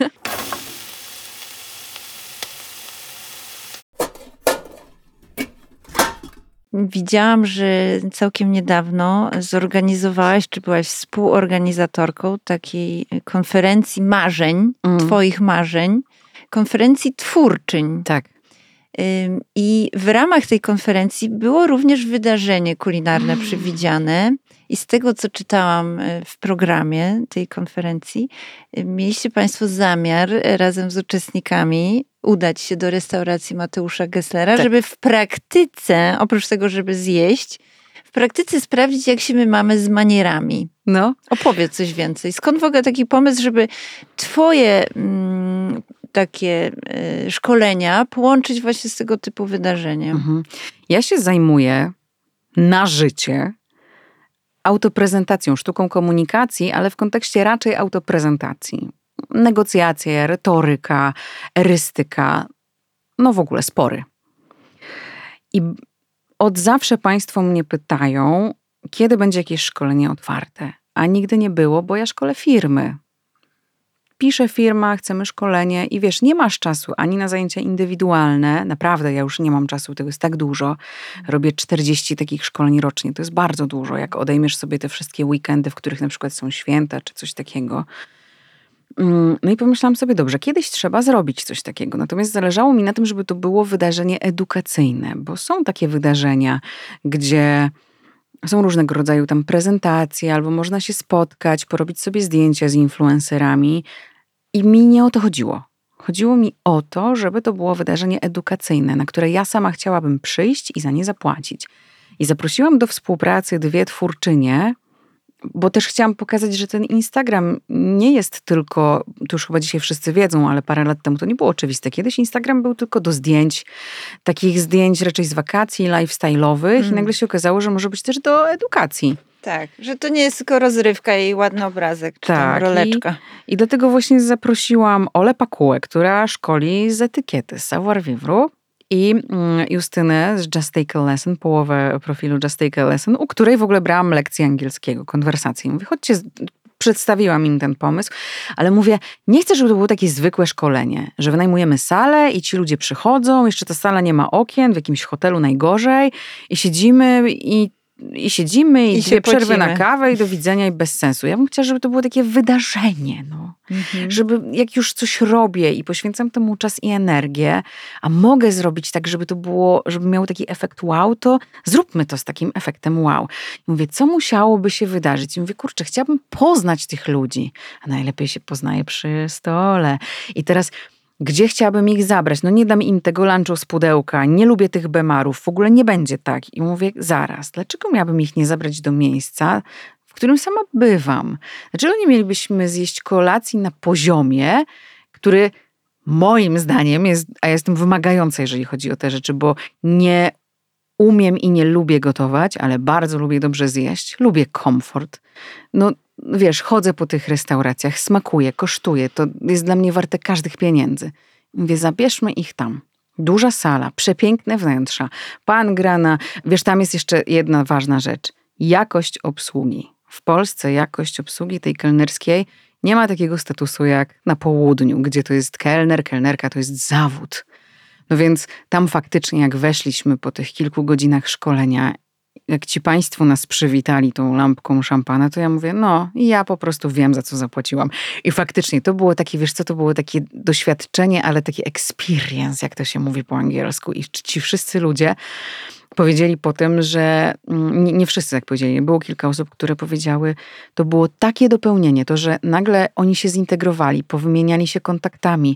Widziałam, że całkiem niedawno zorganizowałaś, czy byłaś współorganizatorką takiej konferencji marzeń, twoich marzeń, konferencji twórczyń. Tak. I w ramach tej konferencji było również wydarzenie kulinarne przewidziane. I z tego, co czytałam w programie tej konferencji, mieliście państwo zamiar razem z uczestnikami udać się do restauracji Mateusza Gesslera, tak, żeby w praktyce, oprócz tego, żeby zjeść, w praktyce sprawdzić, jak się my mamy z manierami. No. Opowiedz coś więcej. Skąd w ogóle taki pomysł, żeby twoje takie szkolenia połączyć właśnie z tego typu wydarzeniem? Ja się zajmuję na życie autoprezentacją, sztuką komunikacji, ale w kontekście raczej autoprezentacji. Negocjacje, retoryka, erystyka, no w ogóle spory. I od zawsze państwo mnie pytają, kiedy będzie jakieś szkolenie otwarte. A nigdy nie było, bo ja szkolę firmy. Piszę firma, chcemy szkolenie i wiesz, nie masz czasu ani na zajęcia indywidualne. Naprawdę, ja już nie mam czasu, tego jest tak dużo. Robię 40 takich szkoleń rocznie, to jest bardzo dużo. Jak odejmiesz sobie te wszystkie weekendy, w których na przykład są święta czy coś takiego. No i pomyślałam sobie, dobrze, kiedyś trzeba zrobić coś takiego. Natomiast zależało mi na tym, żeby to było wydarzenie edukacyjne, bo są takie wydarzenia, gdzie są różnego rodzaju tam prezentacje, albo można się spotkać, porobić sobie zdjęcia z influencerami. I mi nie o to chodziło. Chodziło mi o to, żeby to było wydarzenie edukacyjne, na które ja sama chciałabym przyjść i za nie zapłacić. I zaprosiłam do współpracy 2 twórczynie, bo też chciałam pokazać, że ten Instagram nie jest tylko, to już chyba dzisiaj wszyscy wiedzą, ale parę lat temu to nie było oczywiste. Kiedyś Instagram był tylko do zdjęć, takich zdjęć raczej z wakacji, lifestyle'owych i nagle się okazało, że może być też do edukacji. Tak, że to nie jest tylko rozrywka i ładny obrazek, czy tam roleczka. I dlatego właśnie zaprosiłam Olę Pakułę, która szkoli z etykiety, z savoir-vivre, i Justynę z Just Take a Lesson, połowę profilu Just Take a Lesson, u której w ogóle brałam lekcję angielskiego, konwersacji. Mówię, chodźcie, przedstawiłam im ten pomysł, ale mówię, nie chcę, żeby to było takie zwykłe szkolenie, że wynajmujemy salę i ci ludzie przychodzą, jeszcze ta sala nie ma okien, w jakimś hotelu najgorzej i siedzimy i dwie przerwy na kawę i do widzenia i bez sensu. Ja bym chciała, żeby to było takie wydarzenie, no. Żeby jak już coś robię i poświęcam temu czas i energię, a mogę zrobić tak, żeby to było, żeby miało taki efekt wow, to zróbmy to z takim efektem wow. I mówię, co musiałoby się wydarzyć? I mówię, kurczę, chciałabym poznać tych ludzi, a najlepiej się poznaje przy stole. I teraz gdzie chciałabym ich zabrać? No nie dam im tego lunchu z pudełka, nie lubię tych bemarów, w ogóle nie będzie tak. I mówię, zaraz, dlaczego miałabym ich nie zabrać do miejsca, w którym sama bywam? Dlaczego nie mielibyśmy zjeść kolacji na poziomie, który moim zdaniem jest, a ja jestem wymagająca, jeżeli chodzi o te rzeczy, bo nie umiem i nie lubię gotować, ale bardzo lubię dobrze zjeść, lubię komfort. No wiesz, chodzę po tych restauracjach, smakuję, kosztuję, to jest dla mnie warte każdych pieniędzy. Mówię, zabierzmy ich tam. Duża sala, przepiękne wnętrza, pan gra na... Wiesz, tam jest jeszcze jedna ważna rzecz. Jakość obsługi. W Polsce jakość obsługi tej kelnerskiej nie ma takiego statusu jak na południu, gdzie to jest kelner, kelnerka to jest zawód. No więc tam faktycznie jak weszliśmy po tych kilku godzinach szkolenia, jak ci państwo nas przywitali tą lampką szampana, to ja mówię, no i ja po prostu wiem, za co zapłaciłam. I faktycznie to było takie, wiesz co, to było takie doświadczenie, ale taki experience, jak to się mówi po angielsku. I ci wszyscy ludzie powiedzieli potem, że nie wszyscy tak powiedzieli, było kilka osób, które powiedziały, to było takie dopełnienie, to, że nagle oni się zintegrowali, powymieniali się kontaktami.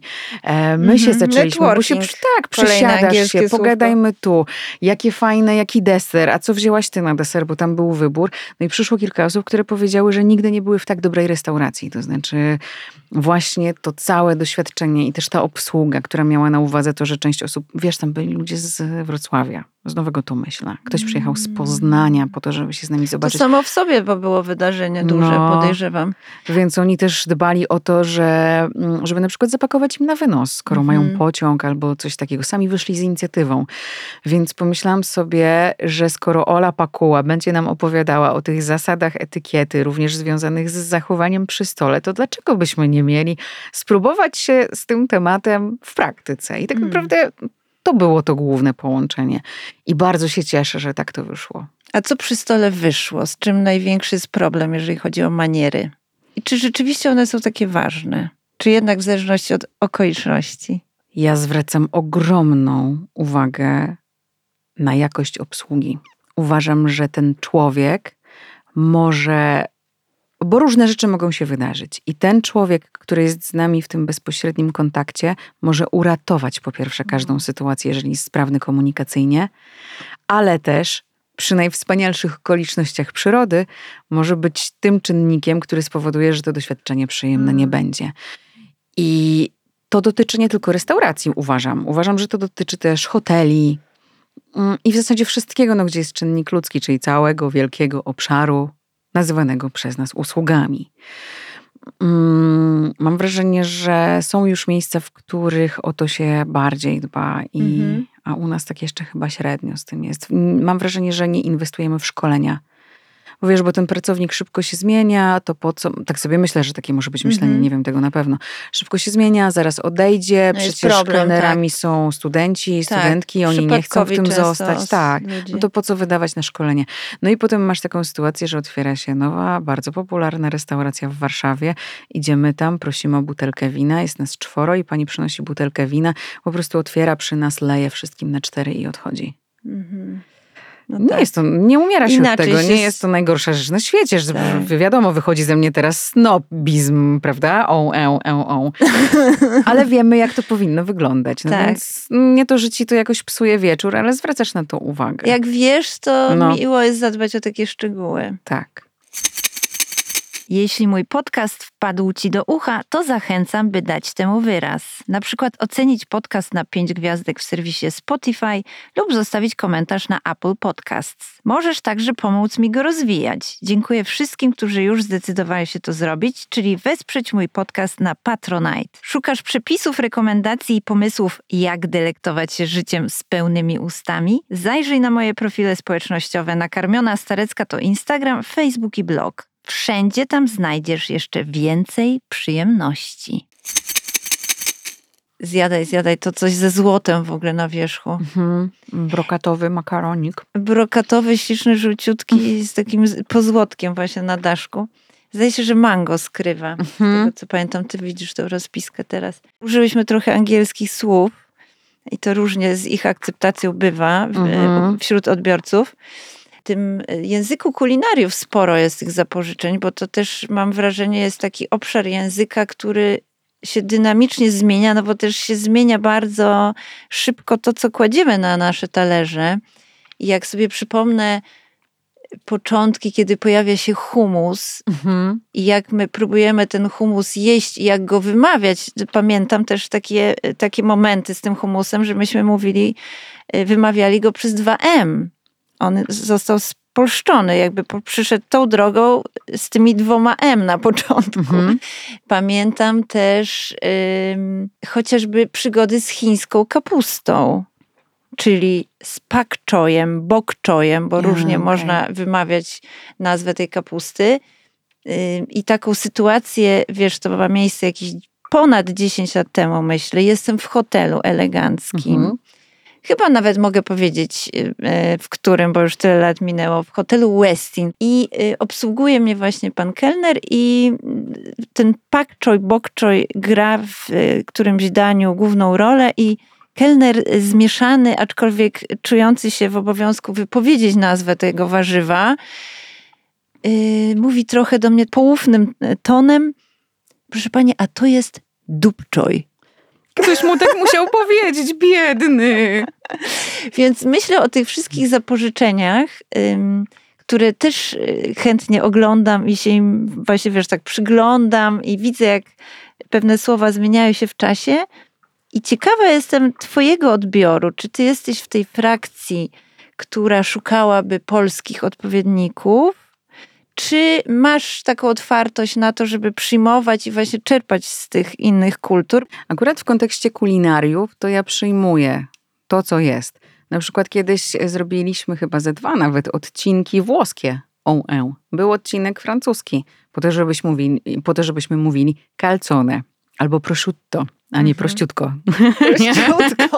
My się zaczęliśmy, bo się przesiadasz się, pogadajmy tu, jakie fajne, jaki deser, a co wzięłaś ty na deser, bo tam był wybór. No i przyszło kilka osób, które powiedziały, że nigdy nie były w tak dobrej restauracji, to znaczy właśnie to całe doświadczenie i też ta obsługa, która miała na uwadze to, że część osób, wiesz, tam byli ludzie z Wrocławia, z Nowego Tomyśla. Ktoś przyjechał z Poznania po to, żeby się z nami zobaczyć. To samo w sobie, bo było wydarzenie duże, podejrzewam. Więc oni też dbali o to, żeby na przykład zapakować im na wynos, skoro mają pociąg albo coś takiego. Sami wyszli z inicjatywą. Więc pomyślałam sobie, że skoro Ola Pakuła będzie nam opowiadała o tych zasadach etykiety, również związanych z zachowaniem przy stole, to dlaczego byśmy nie mieli spróbować się z tym tematem w praktyce? I tak naprawdę to było to główne połączenie. I bardzo się cieszę, że tak to wyszło. A co przy stole wyszło? Z czym największy jest problem, jeżeli chodzi o maniery? I czy rzeczywiście one są takie ważne? Czy jednak w zależności od okoliczności? Ja zwracam ogromną uwagę na jakość obsługi. Uważam, że ten człowiek może... Bo różne rzeczy mogą się wydarzyć. I ten człowiek, który jest z nami w tym bezpośrednim kontakcie, może uratować po pierwsze każdą sytuację, jeżeli jest sprawny komunikacyjnie, ale też przy najwspanialszych okolicznościach przyrody może być tym czynnikiem, który spowoduje, że to doświadczenie przyjemne nie będzie. I to dotyczy nie tylko restauracji, uważam. Uważam, że to dotyczy też hoteli i w zasadzie wszystkiego, gdzie jest czynnik ludzki, czyli całego wielkiego obszaru nazywanego przez nas usługami. Mam wrażenie, że są już miejsca, w których o to się bardziej dba, a u nas tak jeszcze chyba średnio z tym jest. Mam wrażenie, że nie inwestujemy w szkolenia. Bo wiesz, bo ten pracownik szybko się zmienia, to po co? Tak sobie myślę, że takie może być myślenie, nie wiem tego na pewno. Szybko się zmienia, zaraz odejdzie, no przecież kelnerami są studenci, studentki, oni nie chcą w tym zostać. Tak, no to po co wydawać na szkolenie? No i potem masz taką sytuację, że otwiera się nowa, bardzo popularna restauracja w Warszawie. Idziemy tam, prosimy o butelkę wina, jest nas 4 i pani przynosi butelkę wina, po prostu otwiera przy nas, leje wszystkim na 4 i odchodzi. No nie tak. Jest to, nie umiera się od tego, nie jest to najgorsza rzecz na świecie, że wiadomo, wychodzi ze mnie teraz snobizm, prawda? Ale wiemy, jak to powinno wyglądać. No więc nie to, że ci to jakoś psuje wieczór, ale zwracasz na to uwagę. Jak wiesz, to miło jest zadbać o takie szczegóły. Tak. Jeśli mój podcast wpadł Ci do ucha, to zachęcam, by dać temu wyraz. Na przykład ocenić podcast na 5 gwiazdek w serwisie Spotify lub zostawić komentarz na Apple Podcasts. Możesz także pomóc mi go rozwijać. Dziękuję wszystkim, którzy już zdecydowali się to zrobić, czyli wesprzeć mój podcast na Patronite. Szukasz przepisów, rekomendacji i pomysłów, jak delektować się życiem z pełnymi ustami? Zajrzyj na moje profile społecznościowe. Nakarmiona Starecka to Instagram, Facebook i blog. Wszędzie tam znajdziesz jeszcze więcej przyjemności. Zjadaj, to coś ze złotem w ogóle na wierzchu. Brokatowy makaronik. Brokatowy, śliczny, żółciutki z takim pozłotkiem właśnie na daszku. Zdaje się, że mango skrywa. Z tego co pamiętam, ty widzisz tę rozpiskę teraz. Użyłyśmy trochę angielskich słów i to różnie z ich akceptacją bywa wśród odbiorców. W tym języku kulinariów sporo jest tych zapożyczeń, bo to też mam wrażenie jest taki obszar języka, który się dynamicznie zmienia, no bo też się zmienia bardzo szybko to, co kładziemy na nasze talerze. I jak sobie przypomnę początki, kiedy pojawia się hummus i jak my próbujemy ten hummus jeść i jak go wymawiać. Pamiętam też takie momenty z tym hummusem, że myśmy wymawiali go przez 2M. On został spolszczony, jakby przyszedł tą drogą z tymi 2 M na początku. Pamiętam też chociażby przygody z chińską kapustą, czyli z pak choyem, bok choyem, bo różnie można wymawiać nazwę tej kapusty. I taką sytuację, wiesz, to ma miejsce jakieś ponad 10 lat temu, myślę. Jestem w hotelu eleganckim. Chyba nawet mogę powiedzieć, w którym, bo już tyle lat minęło, w hotelu Westin. I obsługuje mnie właśnie pan kelner i ten pak choi, bok choi gra w którymś daniu główną rolę i kelner zmieszany, aczkolwiek czujący się w obowiązku wypowiedzieć nazwę tego warzywa, mówi trochę do mnie poufnym tonem: proszę pani, a to jest dup choi. Ktoś mu tak musiał powiedzieć, biedny. Więc myślę o tych wszystkich zapożyczeniach, które też chętnie oglądam i się im właśnie, wiesz, tak przyglądam i widzę, jak pewne słowa zmieniają się w czasie. I ciekawa jestem twojego odbioru. Czy ty jesteś w tej frakcji, która szukałaby polskich odpowiedników? Czy masz taką otwartość na to, żeby przyjmować i właśnie czerpać z tych innych kultur? Akurat w kontekście kulinariów to ja przyjmuję to, co jest. Na przykład kiedyś zrobiliśmy chyba ze 2 nawet odcinki włoskie. Był odcinek francuski, po to, żebyśmy mówili calzone albo prosciutto, a nie prościutko. Prościutko.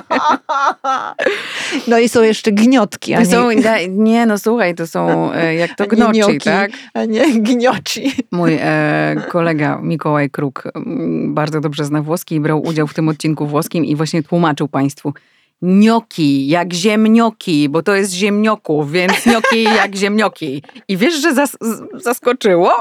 No i są jeszcze gniotki. Słuchaj, to są jak to gnocchi, tak? A nie gnioci. Mój kolega Mikołaj Kruk bardzo dobrze zna włoski i brał udział w tym odcinku włoskim i właśnie tłumaczył państwu: gnioki jak ziemnioki, bo to jest ziemnioków, więc gnioki jak ziemnioki. I wiesz, że zaskoczyło?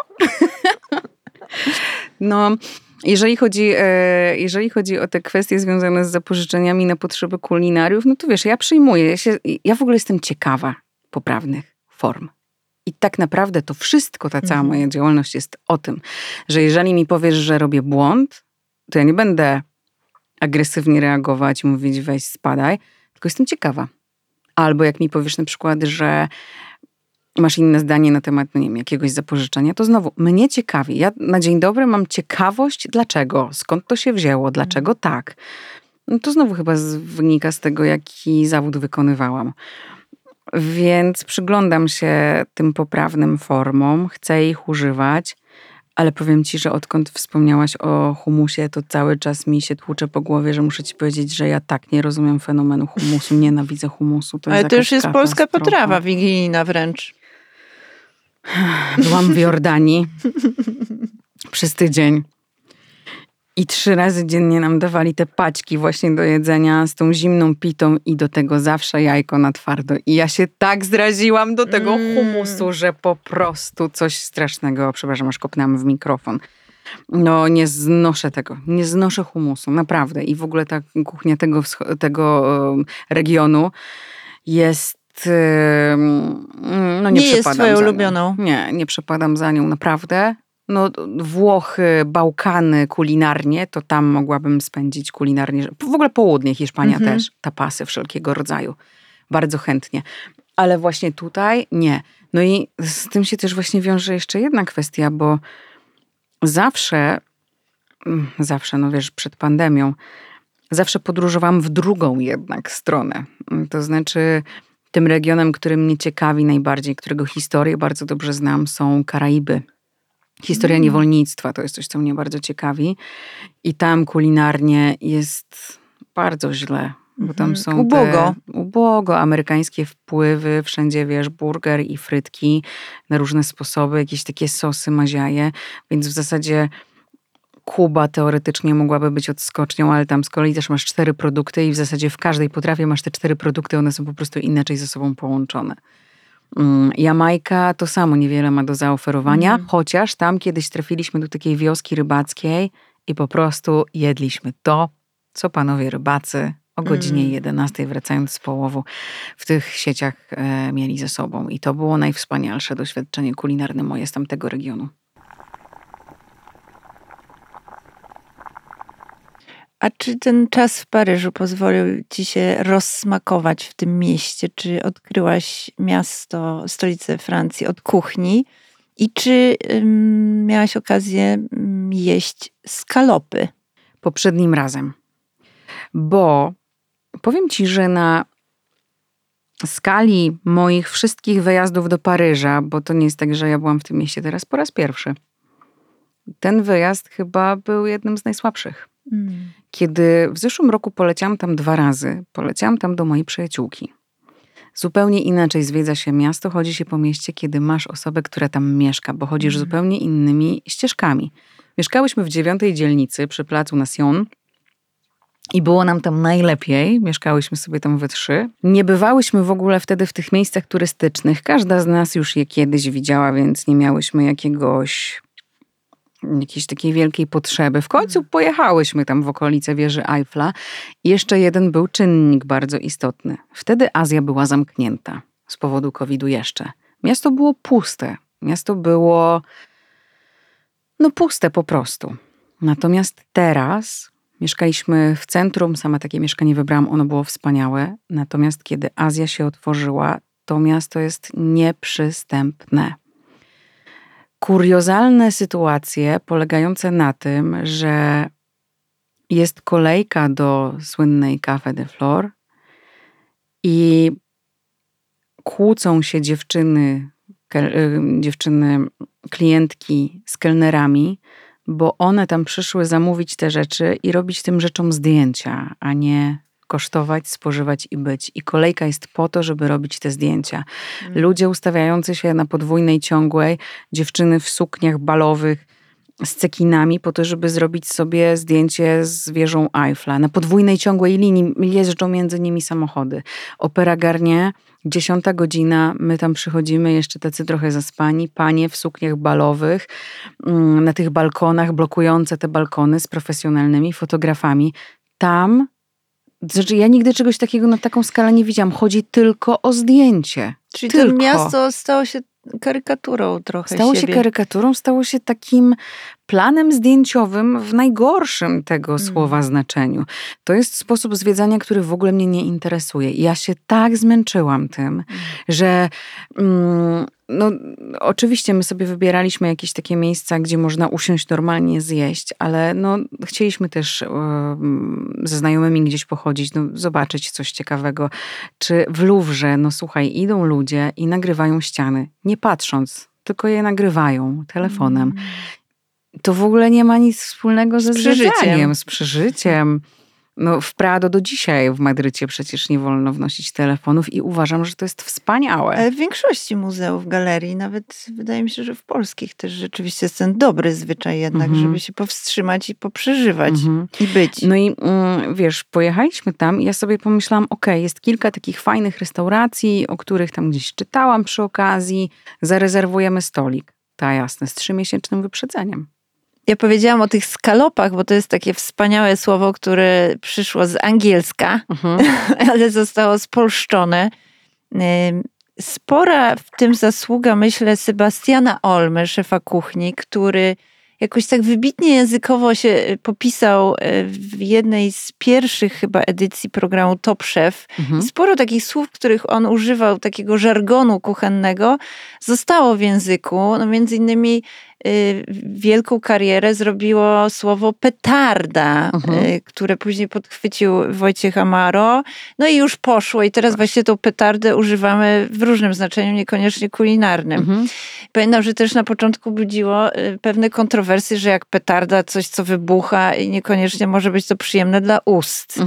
No, jeżeli chodzi o te kwestie związane z zapożyczeniami na potrzeby kulinariów, no to wiesz, ja przyjmuję. Ja w ogóle jestem ciekawa poprawnych form. I tak naprawdę to wszystko, ta cała moja działalność jest o tym, że jeżeli mi powiesz, że robię błąd, to ja nie będę agresywnie reagować i mówić weź spadaj, tylko jestem ciekawa. Albo jak mi powiesz na przykład, że masz inne zdanie na temat, no nie wiem, jakiegoś zapożyczenia, to znowu mnie ciekawi. Ja na dzień dobry mam ciekawość, dlaczego, skąd to się wzięło, dlaczego tak. No to znowu chyba wynika z tego, jaki zawód wykonywałam. Więc przyglądam się tym poprawnym formom, chcę ich używać, ale powiem ci, że odkąd wspomniałaś o humusie, to cały czas mi się tłucze po głowie, że muszę ci powiedzieć, że ja tak nie rozumiem fenomenu humusu, nienawidzę humusu. Ale to już jest polska potrawa wigilijna wręcz. Byłam w Jordanii przez tydzień i 3 razy dziennie nam dawali te paćki właśnie do jedzenia z tą zimną pitą i do tego zawsze jajko na twardo. I ja się tak zraziłam do tego humusu, że po prostu coś strasznego. Przepraszam, aż kopnęłam w mikrofon. No nie znoszę tego, nie znoszę humusu, naprawdę. I w ogóle ta kuchnia tego regionu jest jest... No nie jest twoją za nią. ulubioną. Nie przepadam za nią, naprawdę. No Włochy, Bałkany kulinarnie, to tam mogłabym spędzić kulinarnie. W ogóle południe, Hiszpania też. Tapasy wszelkiego rodzaju. Bardzo chętnie. Ale właśnie tutaj nie. No i z tym się też właśnie wiąże jeszcze jedna kwestia, bo zawsze, no wiesz, przed pandemią, zawsze podróżowałam w drugą jednak stronę. To znaczy tym regionem, który mnie ciekawi najbardziej, którego historię bardzo dobrze znam, są Karaiby. Historia niewolnictwa to jest coś, co mnie bardzo ciekawi. I tam kulinarnie jest bardzo źle. Bo tam są ubogo amerykańskie wpływy, wszędzie wiesz, burger i frytki na różne sposoby, jakieś takie sosy, maziaje, więc w zasadzie Kuba teoretycznie mogłaby być odskocznią, ale tam z kolei też masz 4 produkty i w zasadzie w każdej potrawie masz te 4 produkty, one są po prostu inaczej ze sobą połączone. Jamajka to samo niewiele ma do zaoferowania, chociaż tam kiedyś trafiliśmy do takiej wioski rybackiej i po prostu jedliśmy to, co panowie rybacy o godzinie 11 wracając z połowu w tych sieciach mieli ze sobą. I to było najwspanialsze doświadczenie kulinarne moje z tamtego regionu. A czy ten czas w Paryżu pozwolił ci się rozsmakować w tym mieście? Czy odkryłaś miasto, stolicę Francji od kuchni? I czy miałaś okazję jeść skalopy? Poprzednim razem. Bo powiem ci, że na skali moich wszystkich wyjazdów do Paryża, bo to nie jest tak, że ja byłam w tym mieście teraz po raz pierwszy. Ten wyjazd chyba był jednym z najsłabszych. Kiedy w zeszłym roku poleciałam tam 2 razy, poleciałam tam do mojej przyjaciółki. Zupełnie inaczej zwiedza się miasto, chodzi się po mieście, kiedy masz osobę, która tam mieszka, bo chodzisz zupełnie innymi ścieżkami. Mieszkałyśmy w 9. dzielnicy przy placu Nation i było nam tam najlepiej. Mieszkałyśmy sobie tam we 3. Nie bywałyśmy w ogóle wtedy w tych miejscach turystycznych. Każda z nas już je kiedyś widziała, więc nie miałyśmy jakiejś takiej wielkiej potrzeby. W końcu pojechałyśmy tam w okolice wieży Eiffla. I jeszcze jeden był czynnik bardzo istotny. Wtedy Azja była zamknięta. Z powodu COVID-u jeszcze. Miasto było puste. Miasto było puste po prostu. Natomiast teraz mieszkaliśmy w centrum. Sama takie mieszkanie wybrałam. Ono było wspaniałe. Natomiast kiedy Azja się otworzyła, to miasto jest nieprzystępne. Kuriozalne sytuacje polegające na tym, że jest kolejka do słynnej Café de Flore i kłócą się dziewczyny, klientki z kelnerami, bo one tam przyszły zamówić te rzeczy i robić tym rzeczom zdjęcia, a nie kosztować, spożywać i być. I kolejka jest po to, żeby robić te zdjęcia. Ludzie ustawiający się na podwójnej ciągłej, dziewczyny w sukniach balowych z cekinami po to, żeby zrobić sobie zdjęcie z wieżą Eiffla. Na podwójnej ciągłej linii jeżdżą między nimi samochody. Opera Garnier, 10 godzina, my tam przychodzimy jeszcze tacy trochę zaspani, panie w sukniach balowych, na tych balkonach, blokujące te balkony z profesjonalnymi fotografami. Tam ja nigdy czegoś takiego na taką skalę nie widziałam. Chodzi tylko o zdjęcie. Czyli to miasto stało się karykaturą trochę Stało siebie. się karykaturą, stało się takim planem zdjęciowym w najgorszym tego słowa znaczeniu. To jest sposób zwiedzania, który w ogóle mnie nie interesuje. Ja się tak zmęczyłam tym, że oczywiście my sobie wybieraliśmy jakieś takie miejsca, gdzie można usiąść normalnie zjeść, ale chcieliśmy też ze znajomymi gdzieś pochodzić, zobaczyć coś ciekawego. Czy w Louvre, słuchaj, idą ludzie i nagrywają ściany, nie patrząc, tylko je nagrywają telefonem. To w ogóle nie ma nic wspólnego ze zwiedzaniem, z przeżyciem. W Prado do dzisiaj w Madrycie przecież nie wolno wnosić telefonów i uważam, że to jest wspaniałe. Ale w większości muzeów, galerii, nawet wydaje mi się, że w polskich też rzeczywiście jest ten dobry zwyczaj jednak, żeby się powstrzymać i poprzeżywać i być. No i wiesz, pojechaliśmy tam i ja sobie pomyślałam, jest kilka takich fajnych restauracji, o których tam gdzieś czytałam przy okazji, zarezerwujemy stolik. Ta jasne, z 3-miesięcznym wyprzedzeniem. Ja powiedziałam o tych skalopach, bo to jest takie wspaniałe słowo, które przyszło z angielska, ale zostało spolszczone. Spora w tym zasługa, myślę, Sebastiana Olmy, szefa kuchni, który jakoś tak wybitnie językowo się popisał w jednej z pierwszych chyba edycji programu Top Chef. Sporo takich słów, których on używał, takiego żargonu kuchennego, zostało w języku. No między innymi wielką karierę zrobiło słowo petarda, które później podchwycił Wojciech Amaro. No i już poszło i teraz właśnie tą petardę używamy w różnym znaczeniu, niekoniecznie kulinarnym. Pamiętam, że też na początku budziło pewne kontrowersje, że jak petarda, coś co wybucha i niekoniecznie może być to przyjemne dla ust.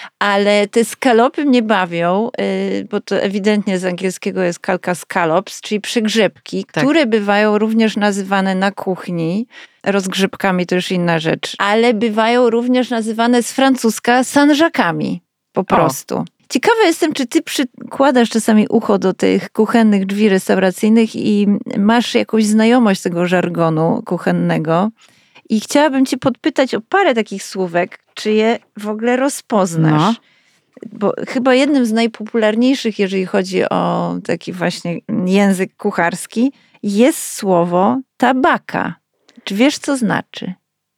Ale te skalopy mnie bawią, bo to ewidentnie z angielskiego jest kalka scallops, czyli przygrzebki, które bywają również nazywane na kuchni. Rozgrzebkami to już inna rzecz. Ale bywają również nazywane z francuska sanżakami. Po prostu. Ciekawa jestem, czy ty przykładasz czasami ucho do tych kuchennych drzwi restauracyjnych i masz jakąś znajomość tego żargonu kuchennego. I chciałabym cię podpytać o parę takich słówek, czy je w ogóle rozpoznasz. Bo chyba jednym z najpopularniejszych, jeżeli chodzi o taki właśnie język kucharski, jest słowo tabaka. Czy wiesz, co znaczy?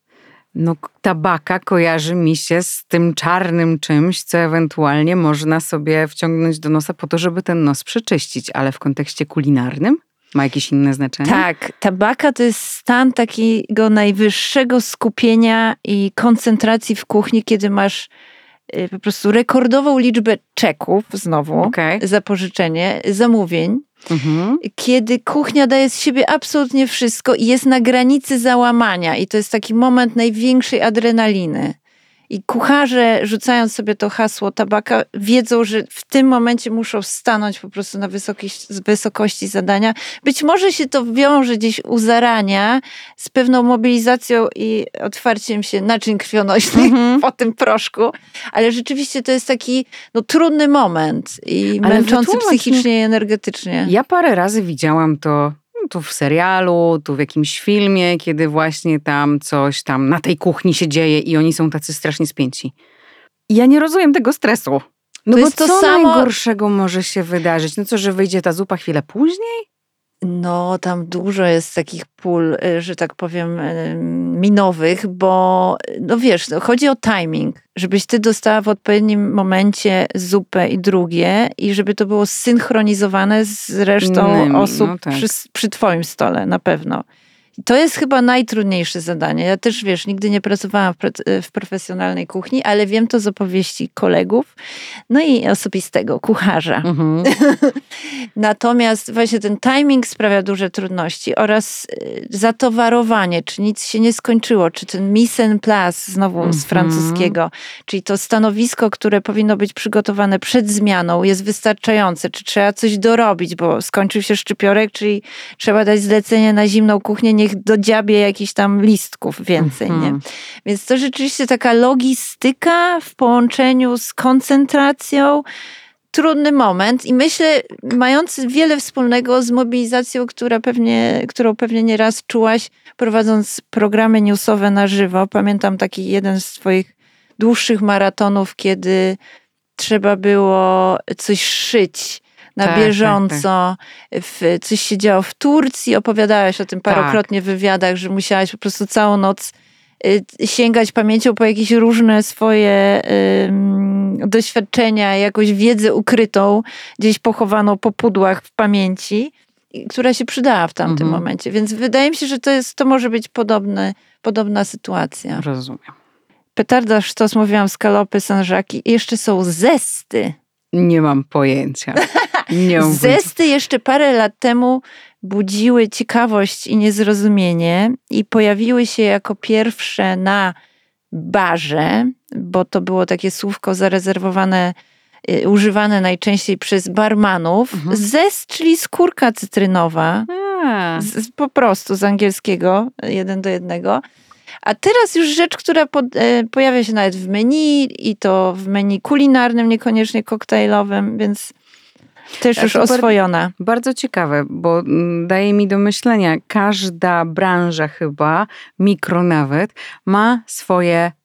No, tabaka kojarzy mi się z tym czarnym czymś, co ewentualnie można sobie wciągnąć do nosa po to, żeby ten nos przeczyścić, ale w kontekście kulinarnym ma jakieś inne znaczenie? Tak, tabaka to jest stan takiego najwyższego skupienia i koncentracji w kuchni, kiedy masz po prostu rekordową liczbę czeków, znowu, za pożyczenie, zamówień, kiedy kuchnia daje z siebie absolutnie wszystko i jest na granicy załamania i to jest taki moment największej adrenaliny. I kucharze, rzucając sobie to hasło tabaka, wiedzą, że w tym momencie muszą stanąć po prostu na wysokości zadania. Być może się to wiąże gdzieś u zarania z pewną mobilizacją i otwarciem się naczyń krwionośnych po tym proszku, ale rzeczywiście to jest taki trudny moment i męczący psychicznie i energetycznie. Ja parę razy widziałam to tu w serialu, tu w jakimś filmie, kiedy właśnie tam coś tam na tej kuchni się dzieje i oni są tacy strasznie spięci. I ja nie rozumiem tego stresu. No bo co najgorszego może się wydarzyć? No co, że wyjdzie ta zupa chwilę później? No, tam dużo jest takich pól, że tak powiem, minowych, bo no wiesz, chodzi o timing, żebyś ty dostała w odpowiednim momencie zupę i drugie i żeby to było zsynchronizowane z resztą osób przy twoim stole, na pewno. To jest chyba najtrudniejsze zadanie. Ja też, wiesz, nigdy nie pracowałam w profesjonalnej kuchni, ale wiem to z opowieści kolegów, no i osobistego kucharza. Natomiast właśnie ten timing sprawia duże trudności oraz zatowarowanie, czy nic się nie skończyło, czy ten mise en place, znowu z francuskiego, czyli to stanowisko, które powinno być przygotowane przed zmianą, jest wystarczające, czy trzeba coś dorobić, bo skończył się szczypiorek, czyli trzeba dać zlecenie na zimną kuchnię, niech dodziabie jakichś tam listków więcej, nie? Więc to rzeczywiście taka logistyka w połączeniu z koncentracją, trudny moment i myślę, mający wiele wspólnego z mobilizacją, którą pewnie nieraz czułaś, prowadząc programy newsowe na żywo. Pamiętam taki jeden z twoich dłuższych maratonów, kiedy trzeba było coś szyć na bieżąco. Coś się działo w Turcji. Opowiadałaś o tym parokrotnie w wywiadach, że musiałaś po prostu całą noc sięgać pamięcią po jakieś różne swoje doświadczenia, jakąś wiedzę ukrytą, gdzieś pochowaną po pudłach w pamięci, która się przydała w tamtym momencie. Więc wydaje mi się, że to może być podobna sytuacja. Rozumiem. Petarda, sztos, mówiłam, skalopy, sanżaki. Jeszcze są zesty. Nie mam pojęcia. Zesty jeszcze parę lat temu budziły ciekawość i niezrozumienie i pojawiły się jako pierwsze na barze, bo to było takie słówko zarezerwowane, używane najczęściej przez barmanów. Zest, czyli skórka cytrynowa. Po prostu z angielskiego, 1:1. A teraz już rzecz, która pojawia się nawet w menu i to w menu kulinarnym, niekoniecznie koktajlowym, więc też już oswojona. Bardzo ciekawe, bo daje mi do myślenia, każda branża chyba, mikro nawet, ma swoje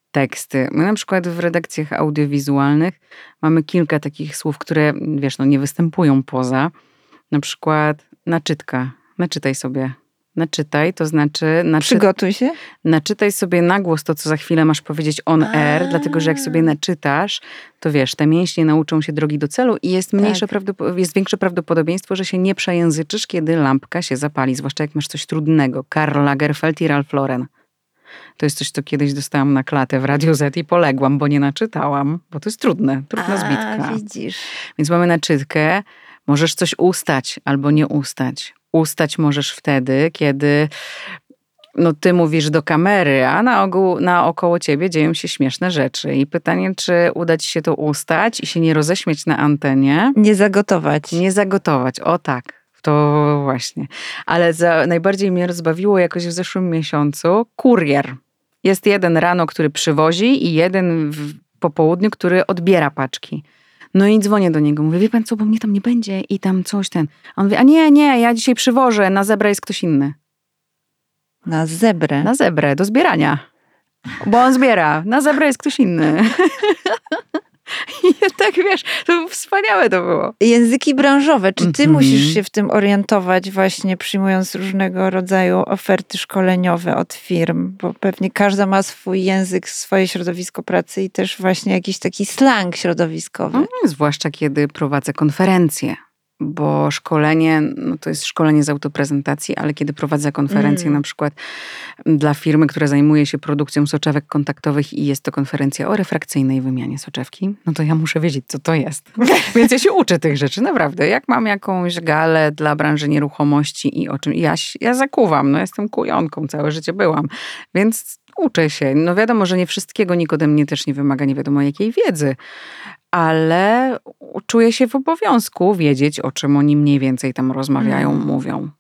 teksty. My na przykład w redakcjach audiowizualnych mamy kilka takich słów, które, wiesz, no nie występują poza. Na przykład naczytka. Naczytaj sobie. Naczytaj, to znaczy... Przygotuj się. Naczytaj sobie na głos to, co za chwilę masz powiedzieć on air, dlatego że jak sobie naczytasz, to wiesz, te mięśnie nauczą się drogi do celu i jest jest większe prawdopodobieństwo, że się nie przejęzyczysz, kiedy lampka się zapali, zwłaszcza jak masz coś trudnego. Karl Lagerfeld i Ralph Lauren. To jest coś, co kiedyś dostałam na klatę w Radio Z i poległam, bo nie naczytałam, bo to jest trudna zbitka. Widzisz. Więc mamy naczytkę, możesz coś ustać albo nie ustać. Ustać możesz wtedy, kiedy no ty mówisz do kamery, a naokoło ciebie dzieją się śmieszne rzeczy. I pytanie, czy uda ci się to ustać i się nie roześmieć na antenie. Nie zagotować. Nie zagotować, o tak. To właśnie. Ale najbardziej mnie rozbawiło jakoś w zeszłym miesiącu kurier. Jest jeden rano, który przywozi i jeden po południu, który odbiera paczki. No i dzwonię do niego, mówię, wie pan co, bo mnie tam nie będzie i tam coś ten. A on mówi, a nie, ja dzisiaj przywożę, na zebrę jest ktoś inny. Na zebrę? Na zebrę, do zbierania. Bo on zbiera, na zebrę jest ktoś inny. I tak wiesz, to wspaniałe to było. Języki branżowe. Czy ty musisz się w tym orientować właśnie przyjmując różnego rodzaju oferty szkoleniowe od firm? Bo pewnie każda ma swój język, swoje środowisko pracy i też właśnie jakiś taki slang środowiskowy. Zwłaszcza kiedy prowadzę konferencje. Bo szkolenie, no to jest szkolenie z autoprezentacji, ale kiedy prowadzę konferencję na przykład dla firmy, która zajmuje się produkcją soczewek kontaktowych i jest to konferencja o refrakcyjnej wymianie soczewki, no to ja muszę wiedzieć, co to jest. Więc ja się uczę tych rzeczy, naprawdę. Jak mam jakąś galę dla branży nieruchomości i o czym... Ja zakuwam, no jestem kujonką, całe życie byłam. Więc uczę się. No wiadomo, że nie wszystkiego, nikt ode mnie też nie wymaga nie wiadomo jakiej wiedzy. Ale czuję się w obowiązku wiedzieć, o czym oni mniej więcej tam rozmawiają, mówią.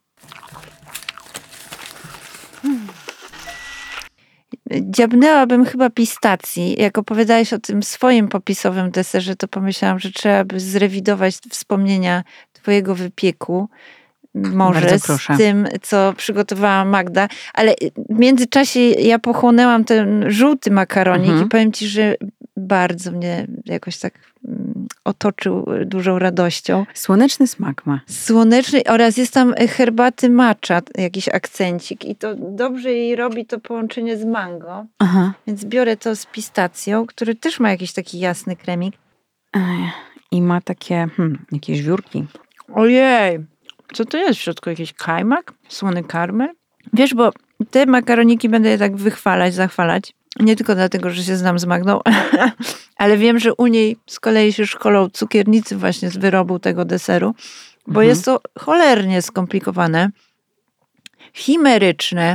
Dziabnęłabym chyba pistacji. Jak opowiadałeś o tym swoim popisowym deserze, to pomyślałam, że trzeba by zrewidować wspomnienia twojego wypieku. Może z tym, co przygotowała Magda. Ale w międzyczasie ja pochłonęłam ten żółty makaronik i powiem ci, że bardzo mnie jakoś tak otoczył dużą radością. Słoneczny smak ma. Słoneczny oraz jest tam herbaty matcha, jakiś akcencik i to dobrze jej robi to połączenie z mango. Aha. Więc biorę to z pistacją, który też ma jakiś taki jasny kremik. I ma takie jakieś wiórki. Ojej! Co to jest w środku? Jakiś kajmak? Słony karmel? Wiesz, bo te makaroniki będę je tak zachwalać. Nie tylko dlatego, że się znam z Magdą, ale wiem, że u niej z kolei się szkolą cukiernicy właśnie z wyrobu tego deseru, bo jest to cholernie skomplikowane, chimeryczne.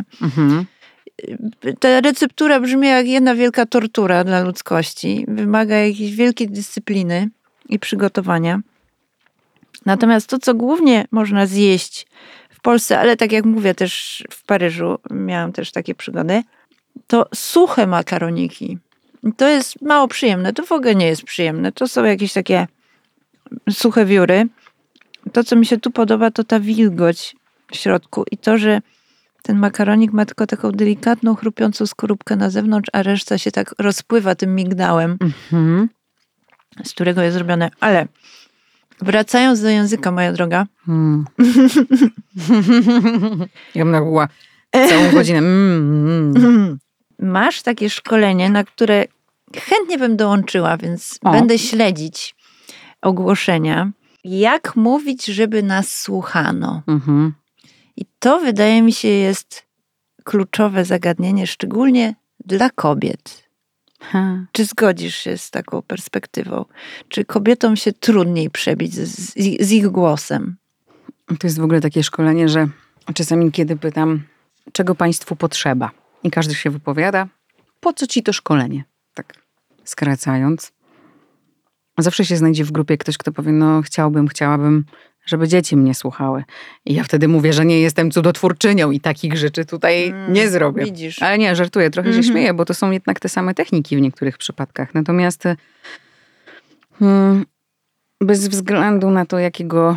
Ta receptura brzmi jak jedna wielka tortura dla ludzkości. Wymaga jakiejś wielkiej dyscypliny i przygotowania. Natomiast to, co głównie można zjeść w Polsce, ale tak jak mówię, też w Paryżu miałam też takie przygody, to suche makaroniki. To jest mało przyjemne. To w ogóle nie jest przyjemne. To są jakieś takie suche wióry. To, co mi się tu podoba, to ta wilgoć w środku i to, że ten makaronik ma tylko taką delikatną, chrupiącą skorupkę na zewnątrz, a reszta się tak rozpływa tym migdałem, z którego jest zrobione. Ale wracając do języka, moja droga. Ja bym była całą godzinę. Masz takie szkolenie, na które chętnie bym dołączyła, więc będę śledzić ogłoszenia. Jak mówić, żeby nas słuchano? I to wydaje mi się jest kluczowe zagadnienie, szczególnie dla kobiet. Czy zgodzisz się z taką perspektywą? Czy kobietom się trudniej przebić z ich głosem? To jest w ogóle takie szkolenie, że czasami kiedy pytam, czego państwu potrzeba? I każdy się wypowiada, po co ci to szkolenie? Tak skracając. Zawsze się znajdzie w grupie ktoś, kto powie, no chciałabym, żeby dzieci mnie słuchały. I ja wtedy mówię, że nie jestem cudotwórczynią i takich rzeczy tutaj nie zrobię. Widzisz. Ale nie, żartuję, trochę się śmieję, bo to są jednak te same techniki w niektórych przypadkach. Natomiast bez względu na to, jakiego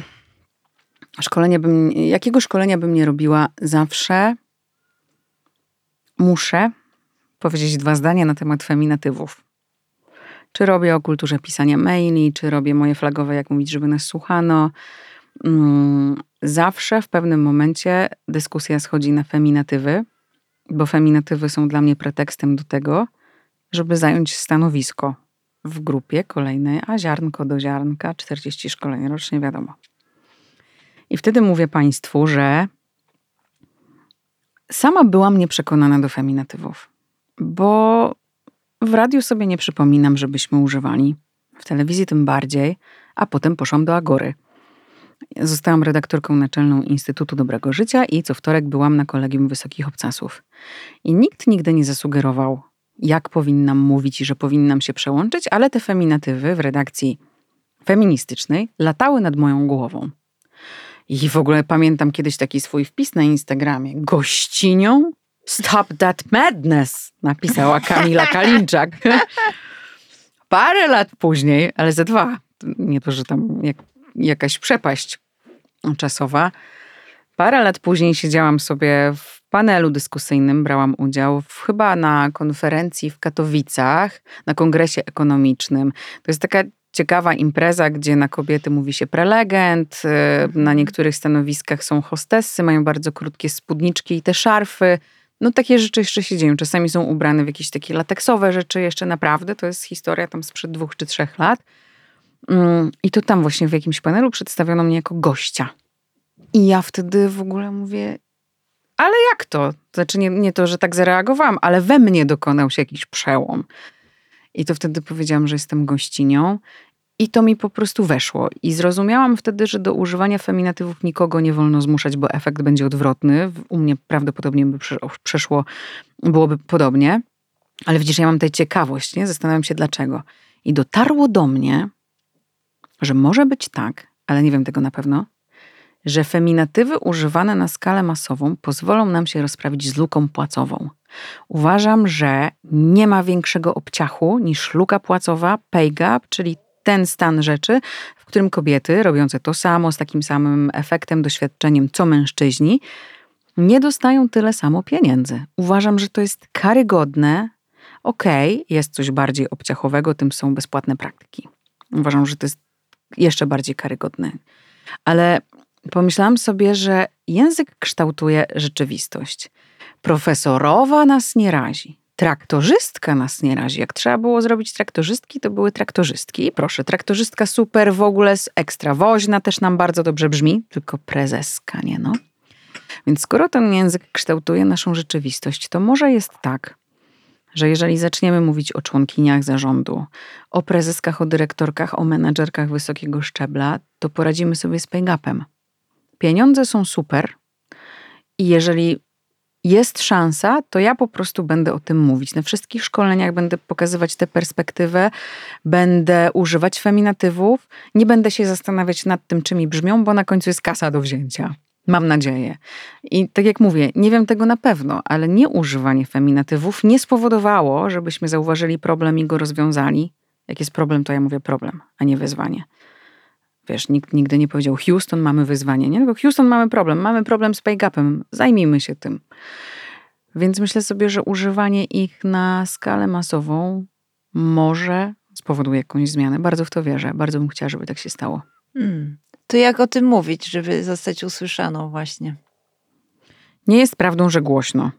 szkolenia bym nie robiła, zawsze muszę powiedzieć 2 zdania na temat feminatywów. Czy robię o kulturze pisania maili, czy robię moje flagowe, jak mówić, żeby nas słuchano. Zawsze w pewnym momencie dyskusja schodzi na feminatywy, bo feminatywy są dla mnie pretekstem do tego, żeby zająć stanowisko w grupie kolejnej, a ziarnko do ziarnka, 40 szkoleń rocznie, wiadomo. I wtedy mówię Państwu, że sama byłam nieprzekonana do feminatywów, bo w radiu sobie nie przypominam, żebyśmy używali, w telewizji tym bardziej, a potem poszłam do Agory. Zostałam redaktorką naczelną Instytutu Dobrego Życia i co wtorek byłam na Kolegium Wysokich Obcasów. I nikt nigdy nie zasugerował, jak powinnam mówić i że powinnam się przełączyć, ale te feminatywy w redakcji feministycznej latały nad moją głową. I w ogóle pamiętam kiedyś taki swój wpis na Instagramie. Gościnią? Stop that madness! Napisała Kamila Kalinczak. Parę lat później, ale ze 2. Nie to, że tam jakaś przepaść czasowa. Parę lat później siedziałam sobie w panelu dyskusyjnym, brałam udział chyba na konferencji w Katowicach, na kongresie ekonomicznym. To jest taka ciekawa impreza, gdzie na kobiety mówi się prelegent, na niektórych stanowiskach są hostessy, mają bardzo krótkie spódniczki i te szarfy. No takie rzeczy jeszcze się dzieją. Czasami są ubrane w jakieś takie lateksowe rzeczy, jeszcze naprawdę. To jest historia tam sprzed 2 czy 3 lat. I to tam właśnie w jakimś panelu przedstawiono mnie jako gościa. I ja wtedy w ogóle mówię, ale jak to? Znaczy nie to, że tak zareagowałam, ale we mnie dokonał się jakiś przełom. I to wtedy powiedziałam, że jestem gościnią. I to mi po prostu weszło. I zrozumiałam wtedy, że do używania feminatywów nikogo nie wolno zmuszać, bo efekt będzie odwrotny. U mnie prawdopodobnie by przeszło, byłoby podobnie. Ale widzisz, ja mam tę ciekawość, nie? Zastanawiam się dlaczego. I dotarło do mnie, że może być tak, ale nie wiem tego na pewno, że feminatywy używane na skalę masową pozwolą nam się rozprawić z luką płacową. Uważam, że nie ma większego obciachu niż luka płacowa, pay gap, czyli ten stan rzeczy, w którym kobiety robiące to samo, z takim samym efektem, doświadczeniem co mężczyźni, nie dostają tyle samo pieniędzy. Uważam, że to jest karygodne. Okej, jest coś bardziej obciachowego, tym są bezpłatne praktyki. Uważam, że to jest jeszcze bardziej karygodne. Ale pomyślałam sobie, że język kształtuje rzeczywistość. Profesorowa nas nie razi. Traktorzystka nas nie razi. Jak trzeba było zrobić traktorzystki, to były traktorzystki. I proszę, traktorzystka super, w ogóle ekstra. Woźna też nam bardzo dobrze brzmi, tylko prezeska, nie no. Więc skoro ten język kształtuje naszą rzeczywistość, to może jest tak, że jeżeli zaczniemy mówić o członkiniach zarządu, o prezeskach, o dyrektorkach, o menadżerkach wysokiego szczebla, to poradzimy sobie z pay gapem. Pieniądze są super i jeżeli jest szansa, to ja po prostu będę o tym mówić. Na wszystkich szkoleniach będę pokazywać tę perspektywę, będę używać feminatywów, nie będę się zastanawiać nad tym, czym mi brzmią, bo na końcu jest kasa do wzięcia. Mam nadzieję. I tak jak mówię, nie wiem tego na pewno, ale nieużywanie feminatywów nie spowodowało, żebyśmy zauważyli problem i go rozwiązali. Jak jest problem, to ja mówię problem, a nie wyzwanie. Wiesz, nikt nigdy nie powiedział Houston, mamy wyzwanie. Nie, tylko Houston, mamy problem z pay gapem, zajmijmy się tym. Więc myślę sobie, że używanie ich na skalę masową może spowoduje jakąś zmianę. Bardzo w to wierzę. Bardzo bym chciała, żeby tak się stało. To jak o tym mówić, żeby zostać usłyszaną właśnie? Nie jest prawdą, że głośno.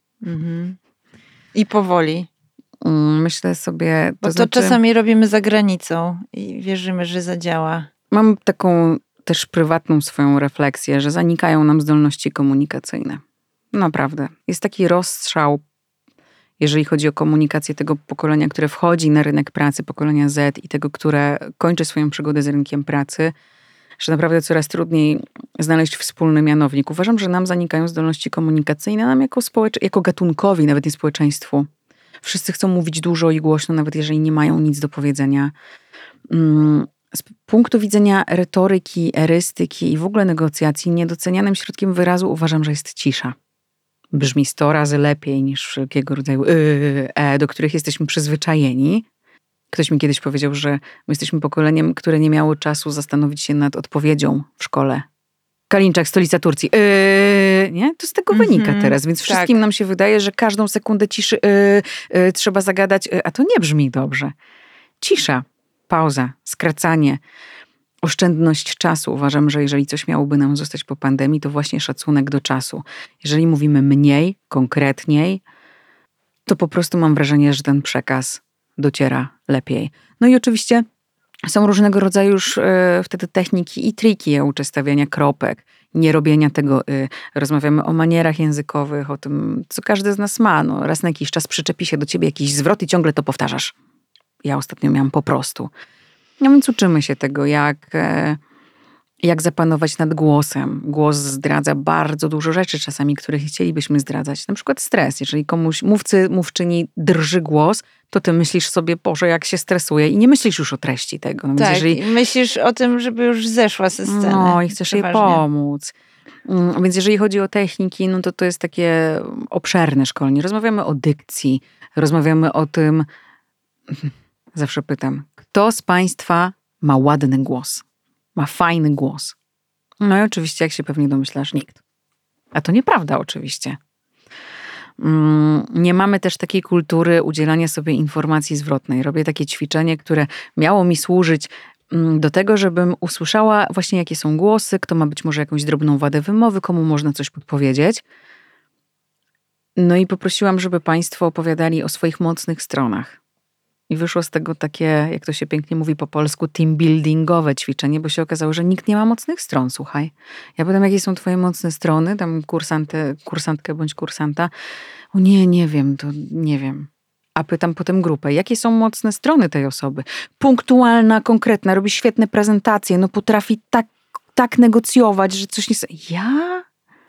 I powoli. Myślę sobie... Bo to czasami robimy za granicą i wierzymy, że zadziała. Mam taką też prywatną swoją refleksję, że zanikają nam zdolności komunikacyjne. Naprawdę. Jest taki rozstrzał, jeżeli chodzi o komunikację tego pokolenia, które wchodzi na rynek pracy, pokolenia Z i tego, które kończy swoją przygodę z rynkiem pracy, że naprawdę coraz trudniej znaleźć wspólny mianownik. Uważam, że nam zanikają zdolności komunikacyjne, nam jako gatunkowi, nawet nie społeczeństwu. Wszyscy chcą mówić dużo i głośno, nawet jeżeli nie mają nic do powiedzenia. Z punktu widzenia retoryki, erystyki i w ogóle negocjacji, niedocenianym środkiem wyrazu uważam, że jest cisza. Brzmi 100 razy lepiej niż wszelkiego rodzaju do których jesteśmy przyzwyczajeni. Ktoś mi kiedyś powiedział, że my jesteśmy pokoleniem, które nie miało czasu zastanowić się nad odpowiedzią w szkole. Kalińczak, stolica Turcji. Nie? To z tego wynika teraz, więc wszystkim nam się wydaje, że każdą sekundę ciszy trzeba zagadać, a to nie brzmi dobrze. Cisza, pauza, skracanie, oszczędność czasu. Uważam, że jeżeli coś miałoby nam zostać po pandemii, to właśnie szacunek do czasu. Jeżeli mówimy mniej, konkretniej, to po prostu mam wrażenie, że ten przekaz dociera lepiej. No i oczywiście są różnego rodzaju już wtedy techniki i triki stawiania kropek, nie robienia tego. Rozmawiamy o manierach językowych, o tym, co każdy z nas ma. No, raz na jakiś czas przyczepi się do ciebie jakiś zwrot i ciągle to powtarzasz. Ja ostatnio miałam po prostu. No więc uczymy się tego, jak zapanować nad głosem. Głos zdradza bardzo dużo rzeczy czasami, których chcielibyśmy zdradzać. Na przykład stres. Jeżeli komuś mówczyni drży głos, to ty myślisz sobie, Boże, jak się stresuje i nie myślisz już o treści tego. No tak, więc jeżeli myślisz o tym, żeby już zeszła ze sceny. No i chcesz jej pomóc. Więc jeżeli chodzi o techniki, no to jest takie obszerne szkolenie. Rozmawiamy o dykcji, rozmawiamy o tym, zawsze pytam, kto z państwa ma ładny głos? Ma fajny głos. No i oczywiście, jak się pewnie domyślasz, nikt. A to nieprawda oczywiście. Nie mamy też takiej kultury udzielania sobie informacji zwrotnej. Robię takie ćwiczenie, które miało mi służyć do tego, żebym usłyszała właśnie jakie są głosy, kto ma być może jakąś drobną wadę wymowy, komu można coś podpowiedzieć. No i poprosiłam, żeby państwo opowiadali o swoich mocnych stronach. I wyszło z tego takie, jak to się pięknie mówi po polsku, team buildingowe ćwiczenie, bo się okazało, że nikt nie ma mocnych stron, słuchaj. Ja pytam, jakie są twoje mocne strony, tam kursantkę bądź kursanta. O nie wiem, to nie wiem. A pytam potem grupę, jakie są mocne strony tej osoby? Punktualna, konkretna, robi świetne prezentacje, no potrafi tak negocjować, że coś nie... Ja?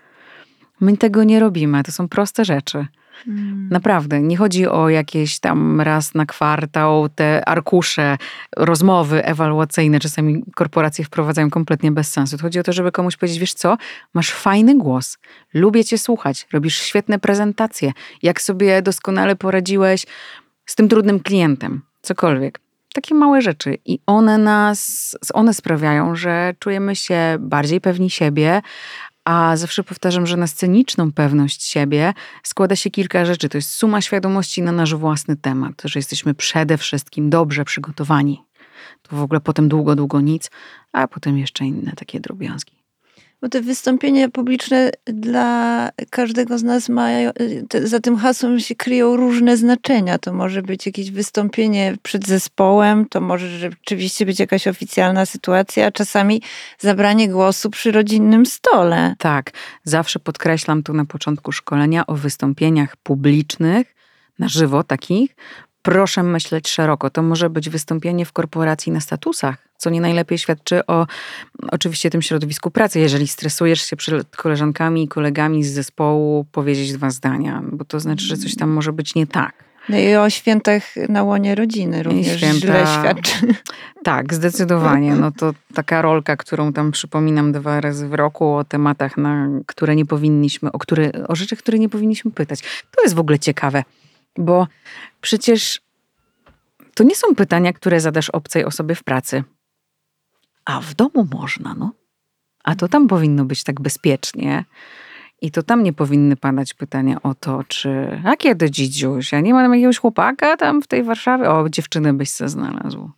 My tego nie robimy, to są proste rzeczy. Naprawdę, nie chodzi o jakieś tam raz na kwartał te arkusze, rozmowy ewaluacyjne. Czasami korporacje wprowadzają kompletnie bez sensu. To chodzi o to, żeby komuś powiedzieć, wiesz co, masz fajny głos, lubię cię słuchać, robisz świetne prezentacje, jak sobie doskonale poradziłeś z tym trudnym klientem, cokolwiek. Takie małe rzeczy i one sprawiają, że czujemy się bardziej pewni siebie, a zawsze powtarzam, że na sceniczną pewność siebie składa się kilka rzeczy. To jest suma świadomości na nasz własny temat. Że jesteśmy przede wszystkim dobrze przygotowani. To w ogóle potem długo nic, a potem jeszcze inne takie drobiazgi. Bo te wystąpienia publiczne dla każdego z nas mają, za tym hasłem się kryją różne znaczenia. To może być jakieś wystąpienie przed zespołem, to może rzeczywiście być jakaś oficjalna sytuacja, a czasami zabranie głosu przy rodzinnym stole. Tak, zawsze podkreślam tu na początku szkolenia o wystąpieniach publicznych, na żywo takich. Proszę myśleć szeroko. To może być wystąpienie w korporacji na statusach, co nie najlepiej świadczy o oczywiście tym środowisku pracy. Jeżeli stresujesz się przed koleżankami i kolegami z zespołu, powiedzieć 2 zdania, bo to znaczy, że coś tam może być nie tak. No i o świętach na łonie rodziny również źle świadczy. Tak, zdecydowanie. No to taka rolka, którą tam przypominam 2 razy w roku o tematach, na które nie powinniśmy, o rzeczach, które nie powinniśmy pytać. To jest w ogóle ciekawe. Bo przecież to nie są pytania, które zadasz obcej osobie w pracy. A w domu można, no. A to tam powinno być tak bezpiecznie. I to tam nie powinny padać pytania o to, czy... A kiedy dzidziuś? Ja nie mam jakiegoś chłopaka tam w tej Warszawie? O, dziewczynę byś se znalazł.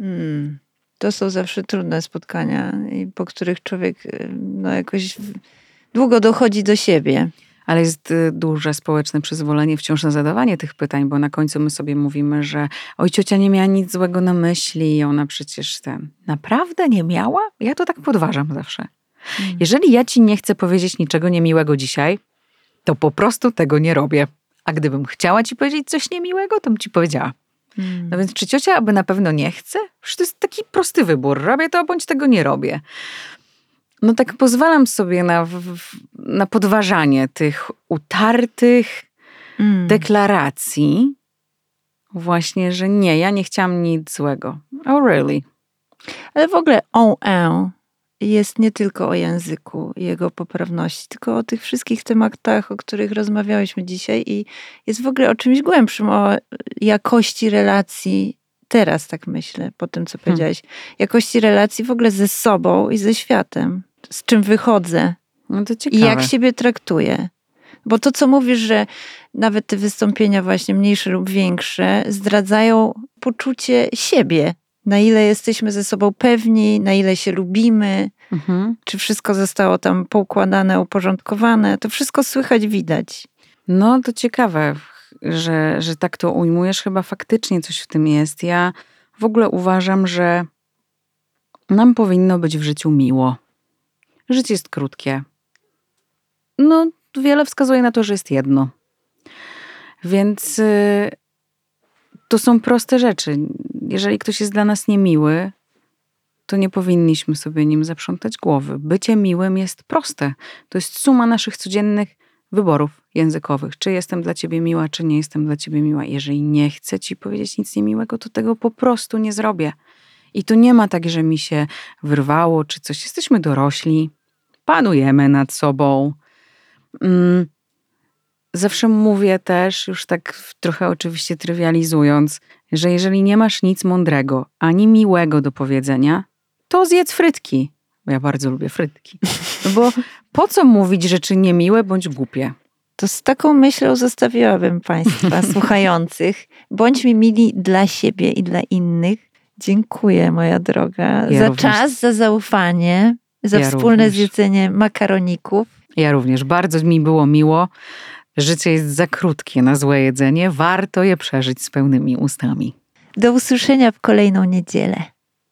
To są zawsze trudne spotkania, po których człowiek jakoś długo dochodzi do siebie. Ale jest duże społeczne przyzwolenie wciąż na zadawanie tych pytań, bo na końcu my sobie mówimy, że oj, ciocia nie miała nic złego na myśli i ona przecież naprawdę nie miała? Ja to tak podważam zawsze. Jeżeli ja ci nie chcę powiedzieć niczego niemiłego dzisiaj, to po prostu tego nie robię. A gdybym chciała ci powiedzieć coś niemiłego, to bym ci powiedziała. No więc czy ciocia aby na pewno nie chce? Przecież to jest taki prosty wybór. Robię to, bądź tego nie robię. No tak pozwalam sobie na podważanie tych utartych deklaracji. Właśnie, że nie, ja nie chciałam nic złego. Oh really? Ale w ogóle jest nie tylko o języku i jego poprawności, tylko o tych wszystkich tematach, o których rozmawiałyśmy dzisiaj i jest w ogóle o czymś głębszym, o jakości relacji. Teraz tak myślę, po tym co powiedziałaś. Jakości relacji w ogóle ze sobą i ze światem. z czym wychodzę No to i ciekawe. jak siebie traktuję. Bo to, co mówisz, że nawet te wystąpienia właśnie mniejsze lub większe zdradzają poczucie siebie. Na ile jesteśmy ze sobą pewni, na ile się lubimy, czy wszystko zostało tam poukładane, uporządkowane. To wszystko słychać, widać. No to ciekawe, że tak to ujmujesz. Chyba faktycznie coś w tym jest. Ja w ogóle uważam, że nam powinno być w życiu miło. Życie jest krótkie. No, wiele wskazuje na to, że jest jedno. Więc to są proste rzeczy. Jeżeli ktoś jest dla nas niemiły, to nie powinniśmy sobie nim zaprzątać głowy. Bycie miłym jest proste. To jest suma naszych codziennych wyborów językowych. Czy jestem dla ciebie miła, czy nie jestem dla ciebie miła. Jeżeli nie chcę ci powiedzieć nic niemiłego, to tego po prostu nie zrobię. I tu nie ma tak, że mi się wyrwało, czy coś. Jesteśmy dorośli, panujemy nad sobą. Zawsze mówię też, już tak trochę oczywiście trywializując, że jeżeli nie masz nic mądrego, ani miłego do powiedzenia, to zjedz frytki. Bo ja bardzo lubię frytki. No bo po co mówić rzeczy niemiłe bądź głupie? To z taką myślą zostawiłabym Państwa słuchających. Bądźmy mili dla siebie i dla innych. Dziękuję, moja droga, za czas, za zaufanie, za wspólne zjedzenie makaroników. Ja również. Bardzo mi było miło. Życie jest za krótkie na złe jedzenie. Warto je przeżyć z pełnymi ustami. Do usłyszenia w kolejną niedzielę.